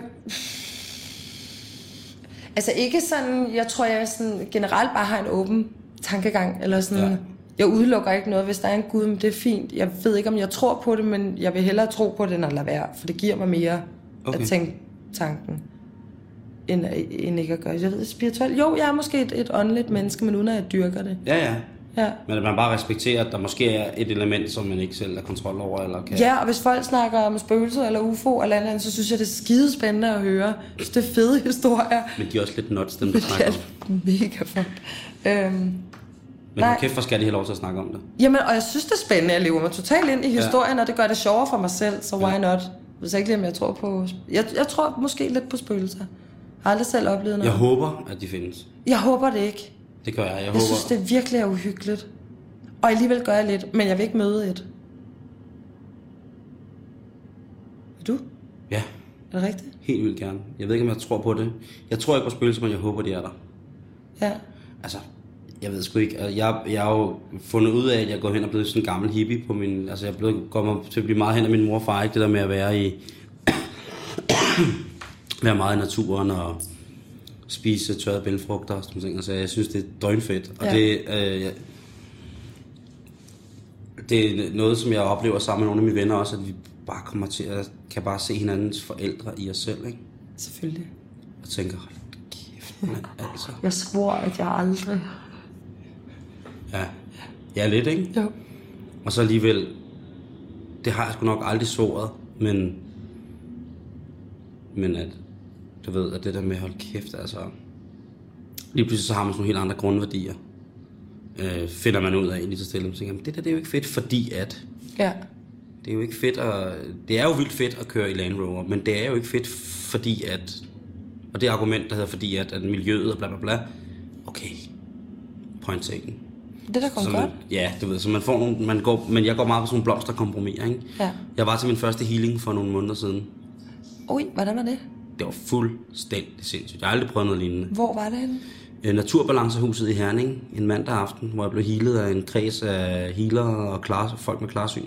Altså ikke sådan, jeg tror, jeg sådan generelt bare har en åben tankegang, eller sådan, ja. Jeg udelukker ikke noget, hvis der er en Gud, men det er fint. Jeg ved ikke, om jeg tror på det, men jeg vil hellere tro på det, end at lade være, for det giver mig mere okay. at tænke tanken, end, end ikke at gøre. Jeg ved, spirituelt. Jo, jeg er måske et, et åndeligt menneske, men uden at jeg dyrker det. Ja, ja. Ja. Men at man bare respekterer, at der måske er et element, som man ikke selv har kontrol over, eller kan... Ja, og hvis folk snakker om spøgelser eller U F O eller andet, så synes jeg, det er skide spændende at høre. Så det er fede historier. Men de er også lidt nuts, dem der snakker om. Det er mega fuck. Øhm, Men hvor kæft, hvor skal de have lov til at snakke om det? Jamen, og jeg synes, det er spændende. Jeg lever mig totalt ind i historien, ja. Og det gør det sjovere for mig selv, så why ja. not? Hvis jeg ikke lige, om jeg tror på... Jeg, jeg tror måske lidt på spøgelser. Jeg har aldrig selv oplevet noget. Jeg håber, at de findes. Jeg håber det ikke. Det gør jeg. Jeg, jeg håber... synes, det virkelig er uhyggeligt. Og alligevel gør jeg lidt, men jeg vil ikke møde et. Vil du? Ja. Er det rigtigt? Helt vildt gerne. Jeg ved ikke, om jeg tror på det. Jeg tror ikke på spøgelser, men jeg håber, de er der. Ja. Altså, jeg ved sgu ikke. Jeg, jeg har jo fundet ud af, at jeg går hen og blevet sådan en gammel hippie på min... Altså, jeg er blevet, kommer til at blive meget hen af min mor og far, ikke? Det der med at være i... være meget i naturen og spise tørrede bælgfrugter og sådan ting. Altså, jeg synes, det er drønfedt. Og ja. det... Øh, jeg, det er noget, som jeg oplever sammen med nogle af mine venner også, at vi bare kommer til at kan bare se hinandens forældre i os selv, ikke? Selvfølgelig. Og tænker, hold kæft, man, altså. Jeg svor, at jeg aldrig... Ja, ja lidt, ikke? Jo. Og så alligevel, det har jeg sgu nok aldrig svoret, men... Men at, du ved, at det der med, hold kæft, altså... Lige pludselig så har man sådan nogle helt andre grundværdier. Øh, finder man ud af lige så stille, og tænker, det der det er jo ikke fedt, fordi at... Ja. Det er jo ikke fedt at... Det er jo vildt fedt at køre i Land Rover, men det er jo ikke fedt, fordi at... Og det argument, der hedder, fordi at, at miljøet og bla bla bla... Okay, point taken. Det der går godt. Ja, du ved, så man får nogle... Man går, men jeg går meget på sådan nogle blomsterkompromiser, ikke? Ja. Jeg var til min første healing for nogle måneder siden. Ui, hvordan var det? Det var fuldstændig sindssygt. Jeg har aldrig prøvet noget lignende. Hvor var det henne? Naturbalancehuset i Herning en mandag aften, hvor jeg blev healet af en kreds af healere og klar, folk med klarsyn.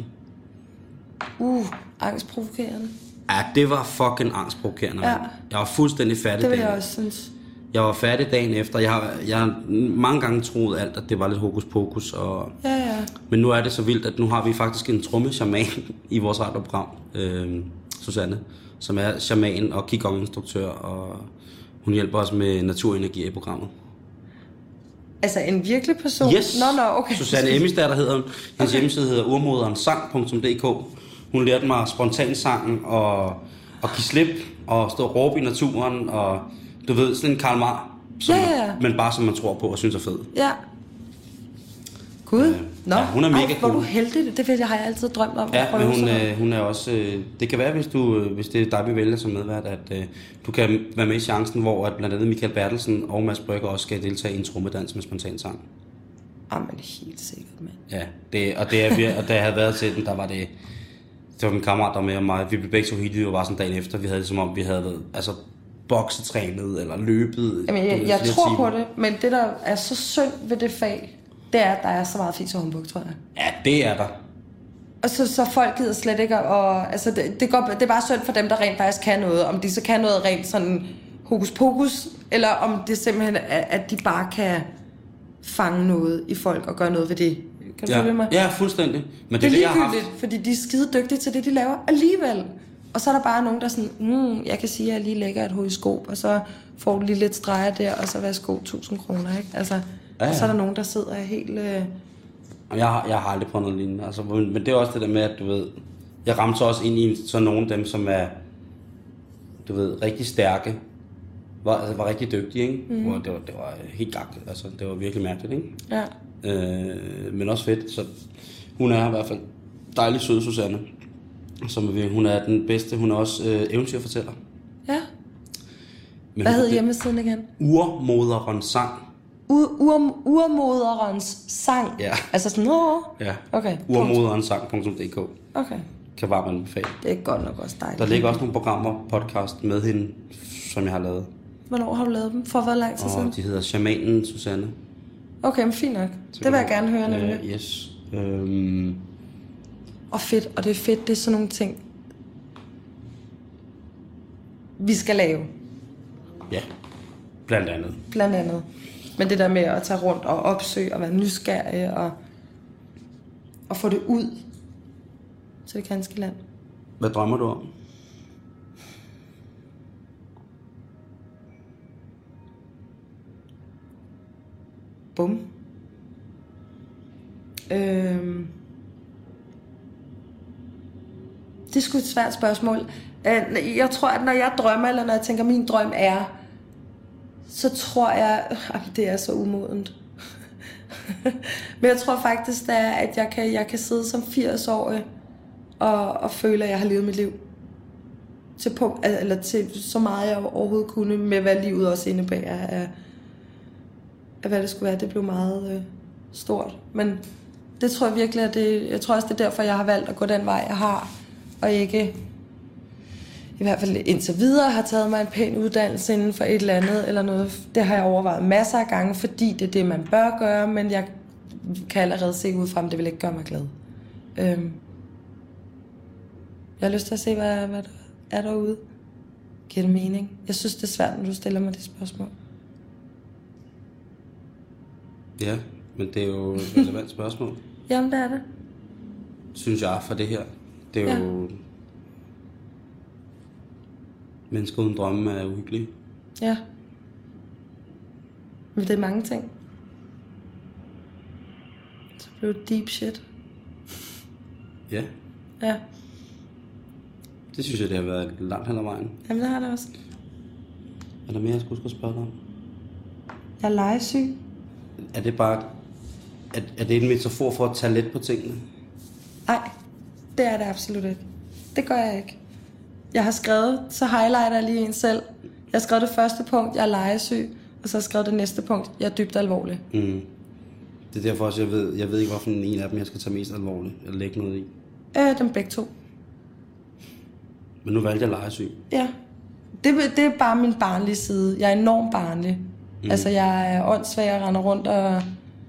Uh, angstprovokerende. Ja, det var fucking angstprovokerende. Ja. Jeg var fuldstændig færdig. Det vil jeg også synes. Jeg var færdig dagen efter. Jeg har, jeg har mange gange troet alt, at det var lidt hokus pokus. Og... Ja, ja. Men nu er det så vildt, at nu har vi faktisk en trommeshaman i vores radioprogram, øh, Susanne, som er shaman og qigong-instruktør, og hun hjælper os med naturenergi i programmet. Altså en virkelig person? Yes. Nå, nå, okay. Susanne Emmisdatter hedder hun. Hendes okay. hjemmeside hedder urmoderensang punktum d k. Hun lærte mig spontansangen og, og give slip og stå og råbe i naturen og du ved, sådan en Karl Marr, som, ja, ja. men bare som man tror på og synes er fed. Ja. Gud. Øh, Nå, ja, hun er mega Ej, cool. Hvor du heldig, det vil jeg har jeg altid drømt om. Ja, men hun, øh, hun er også... Øh, det kan være, hvis, du, hvis det er dig, vi vælger som medvært, at øh, du kan være med i chancen, hvor at blandt andet Michael Bertelsen og Mads Brygger også skal deltage i en trommedans med spontansang. Jamen, helt sikkert, mand. Ja, det, og, det er, og da jeg havde været til den, der var det... Det var min kammerat, der var med og mig. Vi blev begge så helt og var sådan dagen efter. Vi havde det som om, vi havde været... Altså, boksetrænet eller løbet. Jamen, jeg, jeg tror timer. på det, men det, der er så synd ved det fag, det er, at der er så meget fis og humbug, tror jeg. Ja, det er der. Og så, så folk gider slet ikke, og altså, det, det, går, det er bare synd for dem, der rent faktisk kan noget. Om de så kan noget rent sådan hokus pokus, eller om det simpelthen er, at de bare kan fange noget i folk og gøre noget ved det. Kan du ja. følge mig? Ja, fuldstændig. Men det, det er ligegyldigt, haft... fordi de er skide dygtige til det, de laver alligevel. Og så er der bare nogen, der er sådan, mm, jeg kan sige, at jeg lige lægger et horoskop, og så får du lige lidt streger der, og så værsgo tusind kroner, ikke? Altså, ja, ja. Og så er der nogen, der sidder helt... Øh... Jeg har, jeg har aldrig prøvet noget lignende, altså, men det er også det der med, at du ved, jeg ramte så også ind i sådan nogle af dem, som er, du ved, rigtig stærke, var, altså, var rigtig dygtig, ikke? Mm. Hvor det var, det var helt gak, altså det var virkelig mærkeligt, ikke? Ja. Øh, men også fedt, så hun er i hvert fald dejlig sød, Susanne. Som vi, hun er den bedste, hun er også øh, eventyrfortæller. Ja. Men hvad hedder hjemmesiden igen? Urmoderens sang. Ur, ur, urmoderens sang? Ja. Altså sådan, åh. Ja. Okay. urmoderens sang punktum d k. Okay. Kan bare anbefale. Det er godt nok også dejligt. Der ligger også nogle programmer, podcast med hende, som jeg har lavet. Hvornår har du lavet dem? For hvor lang tid siden? Og de hedder Shamanen Susanne. Okay, men fint nok. Så det vil jeg gerne høre nemlig. Uh, yes. Um... Og fedt, og det er fedt, det er sådan nogle ting, vi skal lave. Ja, blandt andet. Blandt andet. Men det der med at tage rundt og opsøge og være nysgerrig og, og få det ud til det ganske land. Hvad drømmer du om? Bum. Øhm. Det er sgu et svært spørgsmål. Jeg tror, at når jeg drømmer, eller når jeg tænker, min drøm er, så tror jeg, at det er så umodent. Men jeg tror faktisk, det er, at jeg kan, jeg kan sidde som firs-årig og, og føle, at jeg har levet mit liv. Til, punkt, eller til så meget, jeg overhovedet kunne, med hvad livet også indebærer af, af hvad det skulle være. Det blev meget øh, stort. Men det tror jeg virkelig, at det, jeg tror også, det er derfor, jeg har valgt at gå den vej, jeg har. Og ikke, i hvert fald indtil videre, har taget mig en pæn uddannelse inden for et eller andet eller noget. Det har jeg overvejet masser af gange, fordi det er det, man bør gøre, men jeg kan allerede se ud frem, det vil ikke gøre mig glad. Øhm. Jeg har lyst til at se, hvad, hvad der er derude. Giver det mening? Jeg synes, det er svært, når du stiller mig det spørgsmål. Ja, men det er jo et relevant spørgsmål. Jamen, det er det. Synes jeg, for det her. Det er ja. jo... Mennesker uden drømme er uhyggelige. Ja. Men det er mange ting. Så blev det deep shit. Ja. Ja. Det synes jeg, det har været langt hen ad vejen. Jamen, det har det også. Er der mere, jeg skulle spørge dig om? Jeg er legesyg. Er det bare... Er, er det en metafor for at tage let på tingene? Nej, det er det absolut ikke. Det gør jeg ikke. Jeg har skrevet, så highlighter jeg lige en selv. Jeg har skrevet det første punkt, jeg er legesyg, og så har jeg skrevet det næste punkt, jeg er dybt alvorlig. Mm. Det er derfor også, jeg ved, jeg ved ikke, hvorfor en af dem, jeg skal tage mest alvorligt, eller lægge noget i. Øh, dem begge to. Men nu valgte jeg legesyg. Ja. Det, det er bare min barnlige side. Jeg er enormt barnlig. Mm. Altså, jeg er åndssvag og render rundt og...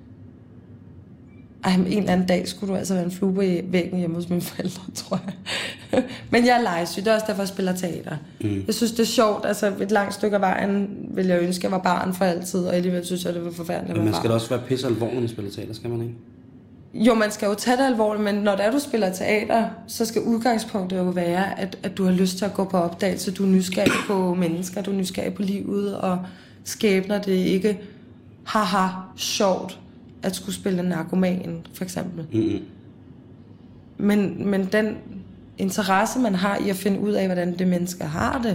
Ej, en eller anden dag skulle du altså være en flue på væggen hjemme hos mine forældre, tror jeg. Men jeg er legesyg, det er også derfor, jeg spiller teater. Mm. Jeg synes, det er sjovt. Altså, et langt stykke af vejen ville jeg ønske, at jeg var barn for altid, og alligevel synes jeg, det var forfærdeligt. Men man skal da også være pisse alvorlig, når man spiller teater, skal man ikke? Jo, man skal jo tage det alvorligt, men når det er, du spiller teater, så skal udgangspunktet jo være, at, at du har lyst til at gå på opdagelse, du er nysgerrig på mennesker, du er nysgerrig på livet, og skæbner, det er ikke haha, sjovt at skulle spille narkoman, for eksempel. Mm-hmm. Men, men den interesse, man har i at finde ud af, hvordan det mennesker har det,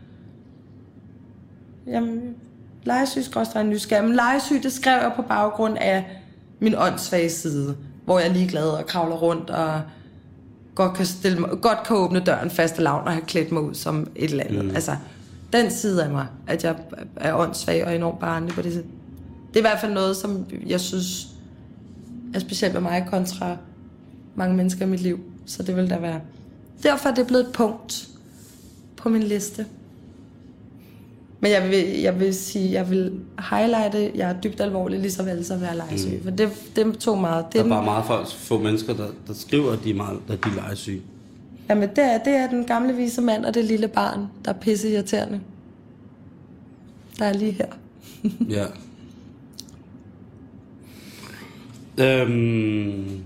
jamen, legesyg skal også være nysgerrig. Men legesyg, det skrev jeg på baggrund af min åndssvage side, hvor jeg er ligeglad og kravler rundt og godt kan, stille mig, godt kan åbne døren fast og lavn og have klædt mig ud som et eller andet. Mm. Altså, den side af mig, at jeg er åndssvag og enormt barnlig på det. Det er i hvert fald noget, som jeg synes er specielt med mig kontra mange mennesker i mit liv. Så det vil da være... Derfor er det blevet et punkt på min liste. Men jeg vil, jeg vil sige, jeg vil highlighte, jeg er dybt alvorlig, lige så vel som at være legesyg. Mm. For det, det tog meget. Det der er den, bare meget folk, få mennesker, der, der skriver, at de er, meget, at de er legesyge. Jamen, det er, det er den gamle vise mand og det lille barn, der er pisse irriterende. Der er lige her. Ja. Øhm,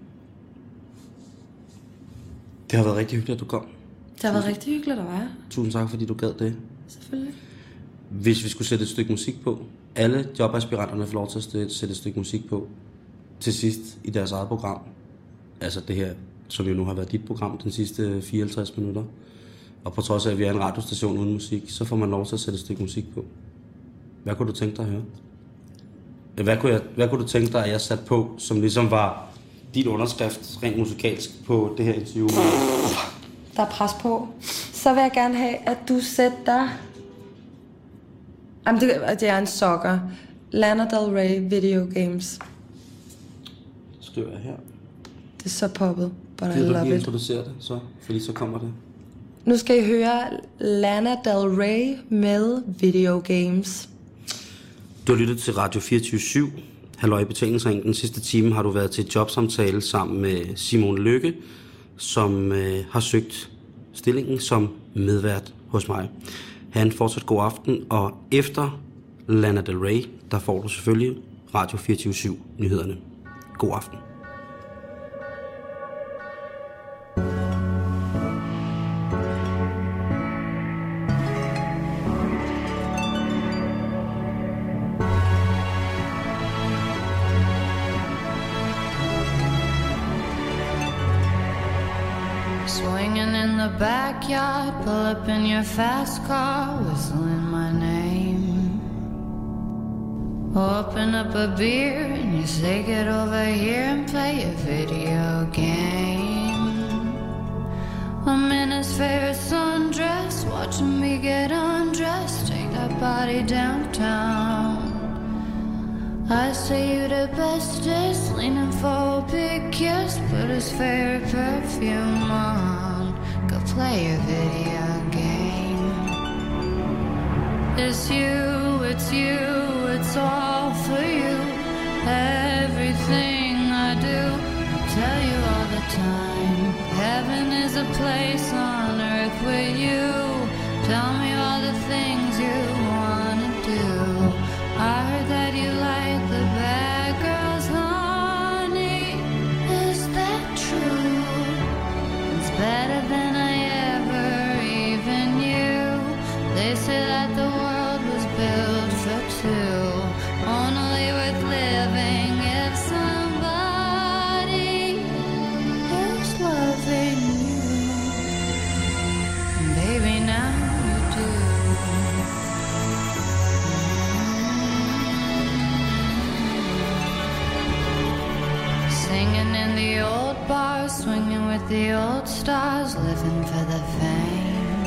det har været rigtig hyggeligt, at du kom. Det har været rigtig hyggeligt at være. Tusind tak, fordi du gad det. Selvfølgelig. Hvis vi skulle sætte et stykke musik på, alle jobaspiranterne får lov til at sætte et stykke musik på til sidst i deres eget program. Altså det her, som jo nu har været dit program den sidste fireoghalvtreds minutter. og på trods af, at vi er en radiostation uden musik, så får man lov til at sætte et stykke musik på. Hvad kunne du tænke dig at høre? Hvad kunne, jeg, hvad kunne du tænke dig, at jeg satte på, som ligesom var dit underskrift rent musikalsk på det her interview? Der er pres på. Så vil jeg gerne have, at du sætter... Jamen, det, det er en sokker. Lana Del Rey Video Games. Skriver jeg her. Det er så poppet, but I love it. Vil du lige introducere det, så? Fordi så kommer det. Nu skal I høre Lana Del Rey med Video Games. Du har lyttet til Radio fireogtyve syv. Halløj i betalingsringen. Den sidste time har du været til et jobsamtale sammen med Simon Lykke, som øh, har søgt stillingen som medvært hos mig. Han fortsat god aften, og efter Lana Del Rey, der får du selvfølgelig Radio fireogtyve syv nyhederne. God aften. Swinging in the backyard, pull up in your fast car, whistling my name. Open up a beer and you say get over here and play a video game. I'm in his favorite sundress, watching me get undressed, take that body downtown. I say you the bestest, leaning for a big kiss, put his favorite perfume on, go play a video game. It's you, it's you, it's all for you. Everything I do, I tell you all the time. Heaven is a place on earth with you. Tell me all the things you wanna do. I heard that you like the bad girls, honey. Is that true? It's better than I ever even knew. They say that the world was built for two, only worth living if somebody is loving you. Baby, now you do. Singing in the old bars, swinging with the old stars, living for the fame.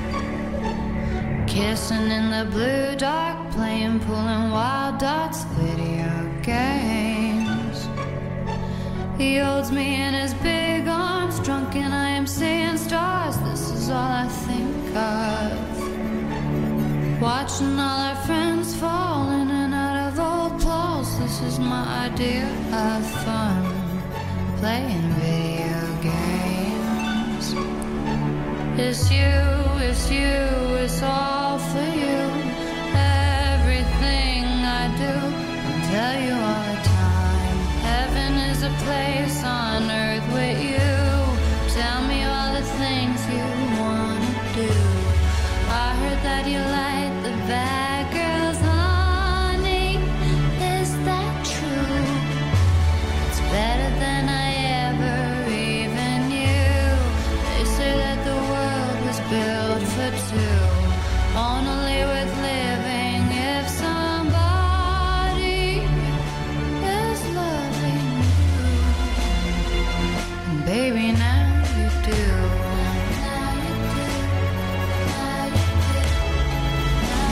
Kissing in the blue dark, playing pool and wild dots, video games. He holds me in his big arms, drunk and I am seeing stars. This is all I think of. Watching all our friends fall in and out of old clothes. This is my idea of fun, playing video games. It's you, it's you, it's all for you. Everything I do, I tell you all the time. Heaven is a place on earth with you. Tell me all the things you wanna do. I heard that you like the bad girls, honey. Is that true? It's better than I ever even knew. They say that the world was built for two, only worth living if somebody is loving you. And baby, now you do. Now you do. Now you do. Now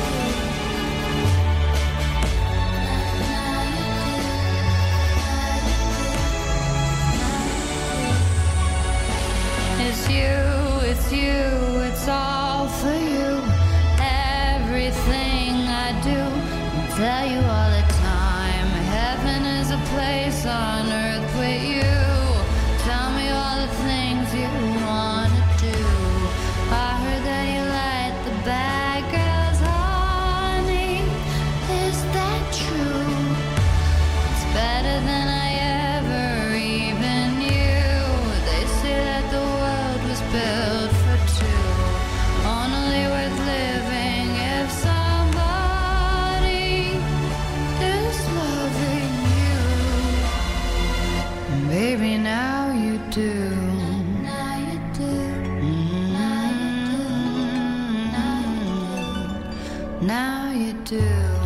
you do. It's you, it's you, it's all for you. Everything I do, I tell you all the time. Heaven is a place on earth with you. Tell me all the things you wanna do. I heard that you like the bad girls, honey. Is that true? It's better than I ever even knew. They say that the world was built for two, only worth living if somebody now you do.